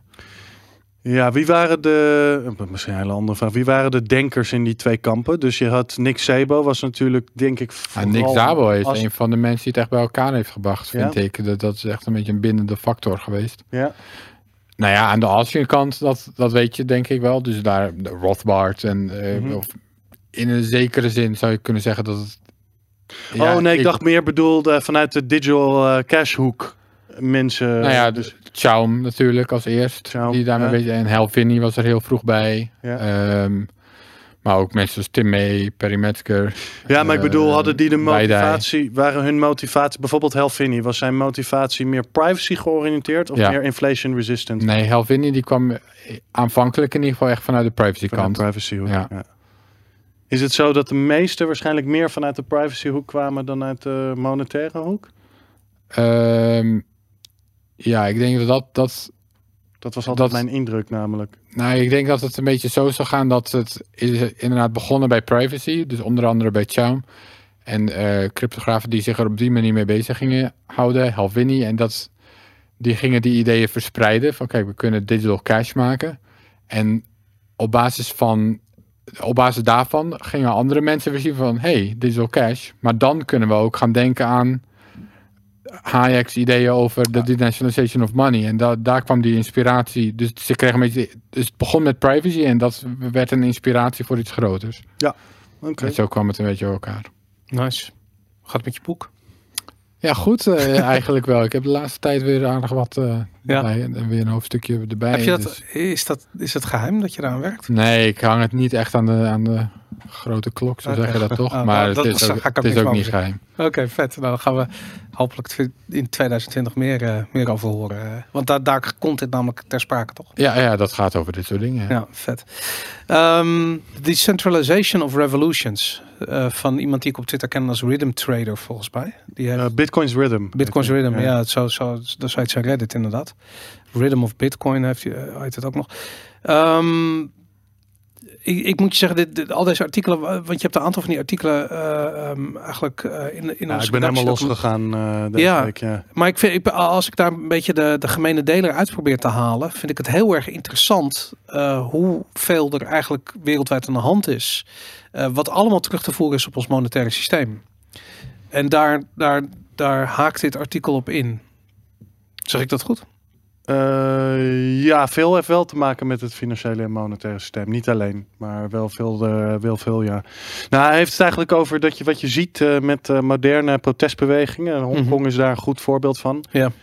Ja, wie waren de, misschien een hele andere vraag, wie waren de denkers in die twee kampen? Dus je had Nick Szabo, was natuurlijk, denk ik, ja, Nick Szabo is als... een van de mensen die het echt bij elkaar heeft gebracht, vind ja? ik. Dat, dat is echt een beetje een bindende factor geweest. Ja. Nou ja, aan de Austrian kant, dat, dat weet je denk ik wel. Dus daar de Rothbard en uh, mm-hmm. of in een zekere zin zou je kunnen zeggen dat het... Ja, oh nee, ik, ik dacht meer bedoelde vanuit de digital uh, cash hoek. Mensen. Nou ja, dus Chaum natuurlijk als eerst. Chaum, die daarmee ja. beetje, en Hal Finney was er heel vroeg bij. Ja. Um, maar ook mensen zoals Tim May, Perry Metzger. Ja, maar ik bedoel, uh, hadden die de motivatie, waren hun motivatie, bijvoorbeeld Hal Finney, was zijn motivatie meer privacy georiënteerd of ja. meer inflation resistant? Nee, Hal Finney die kwam aanvankelijk in ieder geval echt vanuit de privacy vanuit kant. Privacy, hoor. Ja. Ja. Is het zo dat de meesten waarschijnlijk meer vanuit de privacyhoek kwamen dan uit de monetaire hoek? Um, ja, ik denk dat dat... dat Dat was altijd dat, mijn indruk namelijk. Nou, ik denk dat het een beetje zo zou gaan dat het is inderdaad begonnen bij privacy. Dus onder andere bij Chaum. En uh, cryptografen die zich er op die manier mee bezig gingen houden. Halvini. En dat, die gingen die ideeën verspreiden. Van kijk, we kunnen digital cash maken. En op basis van... Op basis daarvan gingen andere mensen weer zien van... Hey, digital cash. Maar dan kunnen we ook gaan denken aan... Hayek's ideeën over de denationalization of money. En da- daar kwam die inspiratie. Dus ze kregen een beetje... Dus het begon met privacy en dat werd een inspiratie voor iets groters. Ja, oké. Okay. En zo kwam het een beetje op elkaar. Nice. Gaat het met je boek? Ja, goed. Uh, eigenlijk wel. Ik heb de laatste tijd weer aardig wat uh, ja. bij. En weer een hoofdstukje erbij. Heb je dat, dus... is, dat, is het geheim dat je eraan werkt? Nee, ik hang het niet echt aan de, aan de grote klok, zo okay. zeg je dat toch. Oh, maar nou, dat het is ook, het is ook niet geheim. Oké, okay, vet. Nou, dan gaan we hopelijk in twintig twintig meer, uh, meer over horen. Want daar, daar komt dit namelijk ter sprake, toch? Ja, ja, dat gaat over dit soort dingen. Ja, ja vet. Um, Decentralization of Revolutions. Uh, van iemand die ik op Twitter ken als Rhythm Trader, volgens mij. Die heeft... uh, Bitcoin's Rhythm. Bitcoin's Rhythm, ja. ja zo, zo, dat is uit zijn Reddit inderdaad. Rhythm of Bitcoin heeft hij, uh, heet het ook nog. Um, ik, ik moet je zeggen, dit, dit, al deze artikelen, want je hebt een aantal van die artikelen uh, um, eigenlijk uh, in, in ja, onze ik ben helemaal losgegaan uh, deze ja, week. Ja. Maar ik vind, ik, als ik daar een beetje de, de gemene deler uit probeer te halen, vind ik het heel erg interessant uh, hoeveel er eigenlijk wereldwijd aan de hand is. Uh, wat allemaal terug te voeren is op ons monetaire systeem. En daar, daar, daar haakt dit artikel op in. Zeg ik dat goed? Uh, ja, veel heeft wel te maken met het financiële en monetaire systeem. Niet alleen, maar wel veel, uh, wel veel ja. Nou, hij heeft het eigenlijk over dat je wat je ziet uh, met uh, moderne protestbewegingen. En Hongkong mm-hmm. is daar een goed voorbeeld van. Ja.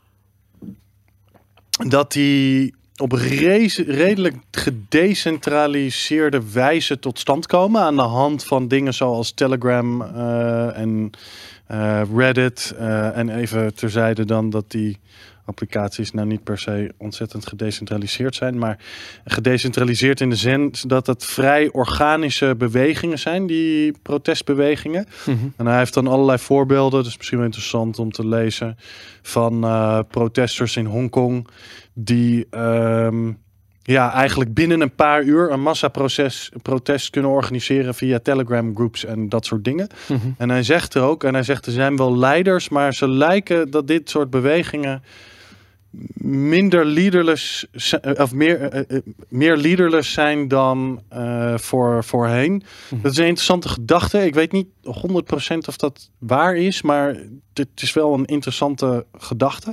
Dat die op re- redelijk gedecentraliseerde wijze tot stand komen aan de hand van dingen zoals Telegram uh, en uh, Reddit. Uh, en even terzijde dan dat die applicaties nou niet per se ontzettend gedecentraliseerd zijn, maar gedecentraliseerd in de zin dat het vrij organische bewegingen zijn, die protestbewegingen. Mm-hmm. En hij heeft dan allerlei voorbeelden, dus misschien wel interessant om te lezen, van uh, protesters in Hongkong die um, ja, eigenlijk binnen een paar uur een massaproces protest kunnen organiseren via Telegram groups en dat soort dingen. Mm-hmm. En hij zegt er ook, en hij zegt er zijn wel leiders, maar ze lijken dat dit soort bewegingen minder leaderless of meer, uh, uh, meer leaderless zijn dan uh, voor, voorheen. Mm-hmm. Dat is een interessante gedachte. Ik weet niet honderd procent of dat waar is, maar het is wel een interessante gedachte.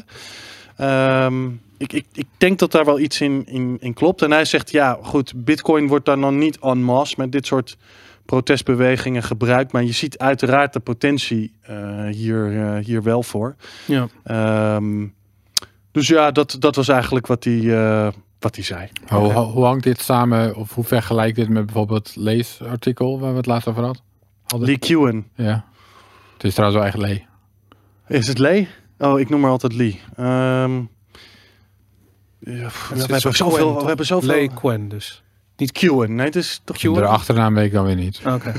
Um, ik, ik, ik denk dat daar wel iets in, in, in klopt. En hij zegt, ja goed, Bitcoin wordt dan nog niet en masse met dit soort protestbewegingen gebruikt, maar je ziet uiteraard de potentie uh, hier, uh, hier wel voor. Ja. Um, dus ja, dat, dat was eigenlijk wat hij, uh, wat hij zei. Hoe, hoe hangt dit samen, of hoe vergelijkt dit met bijvoorbeeld het leesartikel waar we het laatst over hadden? Lee Kuan. Ja. Het is trouwens wel echt Lee. Is het Lee? Oh, ik noem maar altijd Lee. Um, ja, pff, ja, we, hebben zoveel, we hebben zoveel... Lee Kuan dus. Niet Kuan, nee, het is toch Kuan? De achternaam weet ik dan weer niet. Oké.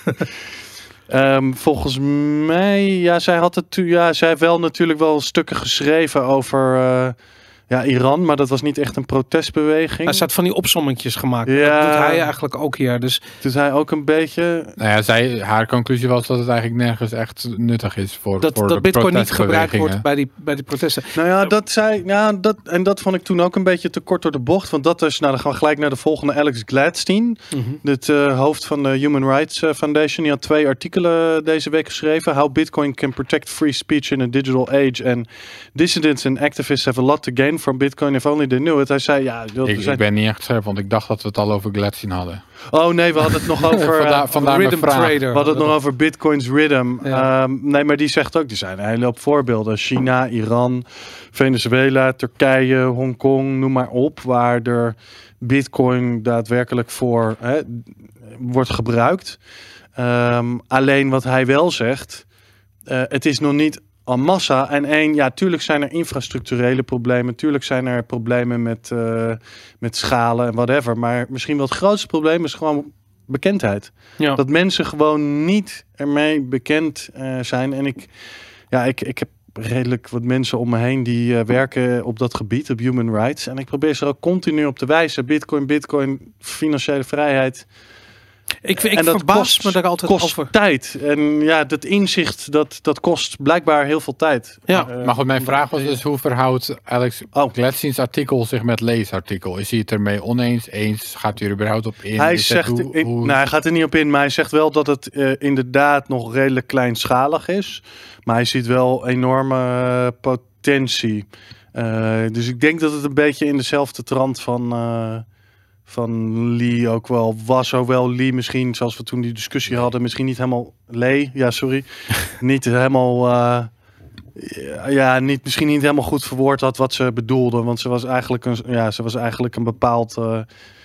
Okay. um, volgens mij, ja, zij had het, ja, zij heeft wel natuurlijk wel stukken geschreven over uh, ja, Iran, maar dat was niet echt een protestbeweging. Hij had van die opsommetjes gemaakt. Ja. Dat doet hij eigenlijk ook hier. Dus doet hij ook een beetje. Nou ja, zij, haar conclusie was dat het eigenlijk nergens echt nuttig is voor, dat, voor dat de Bitcoin niet gebruikt wordt bij die, bij die protesten. Nou ja, dat zei, ja, dat en dat vond ik toen ook een beetje te kort door de bocht, want dat is, nou, dan gaan we gelijk naar de volgende. Alex Gladstein, mm-hmm. het uh, hoofd van de Human Rights Foundation, die had twee artikelen deze week geschreven. How Bitcoin can protect free speech in a digital age, and dissidents and activists have a lot to gain from Bitcoin if only they knew it. Hij zei, ja, dat ik, zijn... ik ben niet echt scherp, want ik dacht dat we het al over Gladstein hadden. Oh nee, we hadden het nog over vandaar, vandaar Rhythm Trader. We hadden het nog over Bitcoin's Rhythm. Ja. Um, nee, maar die zegt ook, er zijn een hele hoop voorbeelden. China, Iran, Venezuela, Turkije, Hongkong, noem maar op. Waar er Bitcoin daadwerkelijk voor hè, wordt gebruikt. Um, alleen wat hij wel zegt, uh, het is nog niet en massa. En één, ja, tuurlijk zijn er infrastructurele problemen. Tuurlijk zijn er problemen met, uh, met schalen en whatever. Maar misschien wel het grootste probleem is gewoon bekendheid. Ja. Dat mensen gewoon niet ermee bekend uh, zijn. En ik, ja, ik, ik heb redelijk wat mensen om me heen die uh, werken op dat gebied, op human rights. En ik probeer ze ook continu op te wijzen. Bitcoin, bitcoin, financiële vrijheid. Ik, ik en dat verbaas kost, me daar altijd kost over. tijd. En ja, dat inzicht, dat, dat kost blijkbaar heel veel tijd. Ja. Uh, Maar goed, mijn vraag was dus, hoe verhoudt Alex Oh. Gladstein's artikel zich met Lee's artikel? Is hij het ermee oneens, eens? Gaat hij er überhaupt op in? Hij Is zegt, het hoe, in, hoe... nou, hij gaat er niet op in, maar hij zegt wel dat het uh, inderdaad nog redelijk kleinschalig is. Maar hij ziet wel enorme uh, potentie. Uh, dus ik denk dat het een beetje in dezelfde trant van, uh, van Lee ook wel was. Hoewel Lee misschien, zoals we toen die discussie hadden, misschien niet helemaal... Lee, ja sorry. niet helemaal... Uh, ja, niet, misschien niet helemaal goed verwoord had wat ze bedoelde. Want ze was eigenlijk een, ja, ze was eigenlijk een bepaald... Uh,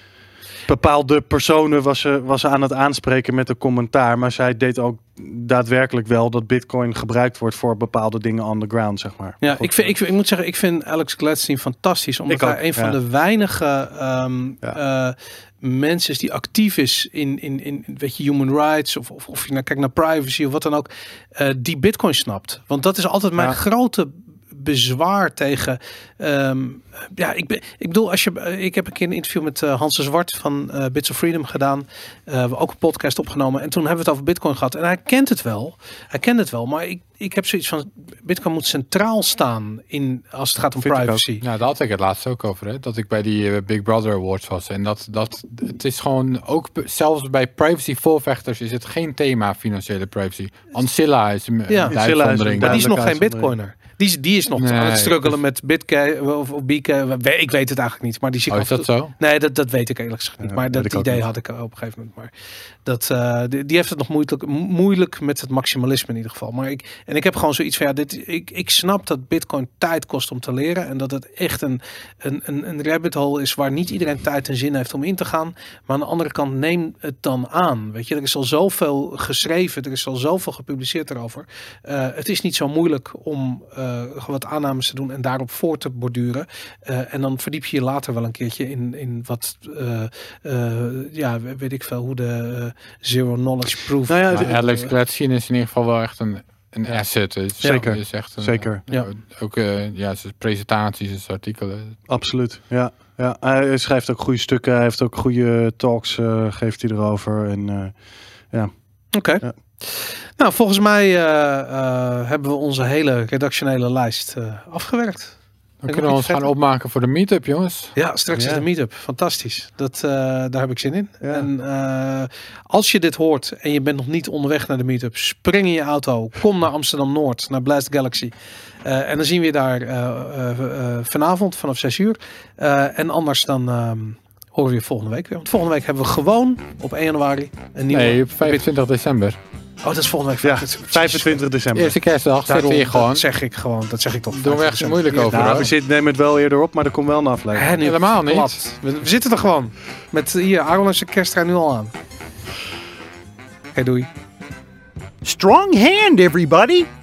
bepaalde personen was ze, was ze aan het aanspreken met een commentaar. Maar zij deed ook daadwerkelijk wel dat Bitcoin gebruikt wordt voor bepaalde dingen on the ground, zeg maar. Ja, ik, vind, ik, ik moet zeggen, ik vind Alex Gladstein fantastisch. Omdat Ik ook, hij een van ja. de weinige um, Ja. uh, mensen is die actief is in, in, in weet je, human rights. Of, of, of je nou kijkt naar privacy of wat dan ook. Uh, die Bitcoin snapt. Want dat is altijd mijn Ja. grote bezwaar tegen. Um, ja, ik, ben, ik bedoel, als je, ik heb een keer een interview met uh, Hans de Zwart van uh, Bits of Freedom gedaan. Uh, we hebben ook een podcast opgenomen. En toen hebben we het over Bitcoin gehad. En hij kent het wel. Hij kent het wel. Maar ik, ik heb zoiets van, Bitcoin moet centraal staan in als het gaat om Vind ik privacy. Nou, daar had ik het laatst ook over. Hè? Dat ik bij die uh, Big Brother Awards was. En dat, dat het is gewoon, ook b- zelfs bij privacy voorvechters is het geen thema financiële privacy. Ancilla is een, Ja. een Ancilla is een uitzondering. Maar die is nog geen Duidelijk Bitcoiner. Die is, die is nog Nee, aan het struggelen dus- met Bitcoin of, of Bitcoin. Ik weet het eigenlijk niet. Maar die zie ik Oh, is af en dat toe- zo? Nee, dat, dat weet ik eerlijk gezegd niet. Ja, maar weet dat ik ook idee niet. had ik op een gegeven moment. Maar dat, uh, die, die heeft het nog moeilijk, moeilijk met het maximalisme in ieder geval. Maar ik, en ik heb gewoon zoiets van, ja, dit, ik, ik snap dat Bitcoin tijd kost om te leren. En dat het echt een, een, een, een rabbit hole is waar niet iedereen tijd en zin heeft om in te gaan. Maar aan de andere kant, neem het dan aan. Weet je, er is al zoveel geschreven. Er is al zoveel gepubliceerd erover. Uh, het is niet zo moeilijk om uh, wat aannames te doen en daarop voor te borduren. Uh, en dan verdiep je je later wel een keertje in, in wat, uh, uh, ja, weet ik veel, hoe de uh, zero knowledge proof. Nou ja, Maar de- Alex Gladstein is in ieder geval wel echt een, een asset. Het is, Zeker, het is echt een, zeker. uh, Ja. Ook uh, ja, zijn presentaties, zijn artikelen. Absoluut, ja. ja. Hij schrijft ook goede stukken. Hij heeft ook goede talks, uh, geeft hij erover. En uh, ja. Oké. Ja. Nou, volgens mij uh, uh, hebben we onze hele redactionele lijst uh, afgewerkt. Dan Ik kunnen we moet ons iets gaan opmaken voor de meetup, jongens. Ja, straks Ja. is de meetup. Fantastisch. Dat, uh, daar heb ik zin in. Ja. En uh, als je dit hoort en je bent nog niet onderweg naar de meetup, spring in je auto, kom naar Amsterdam-Noord, naar Blast Galaxy. Uh, en dan zien we je daar uh, uh, uh, vanavond vanaf zes uur. Uh, en anders dan um, horen we je volgende week weer. Want volgende week hebben we gewoon op één januari een nieuwe... Nee, op vijfentwintig december. Oh, dat is volgende week. Ja, vijfentwintig december. Eerste kerstdag, Daarom, zit weer gewoon. Dat zeg ik gewoon. Dat zeg ik toch. Doen we echt zo moeilijk over. Nou, hoor. we zitten, nemen het wel eerder op, maar er komt wel een aflevering. Hè, nu, Helemaal niet. Klopt. We, we zitten er gewoon. Met hier, Aaron en zijn kersttrui nu al aan. Oké, doei. Strong hand, everybody!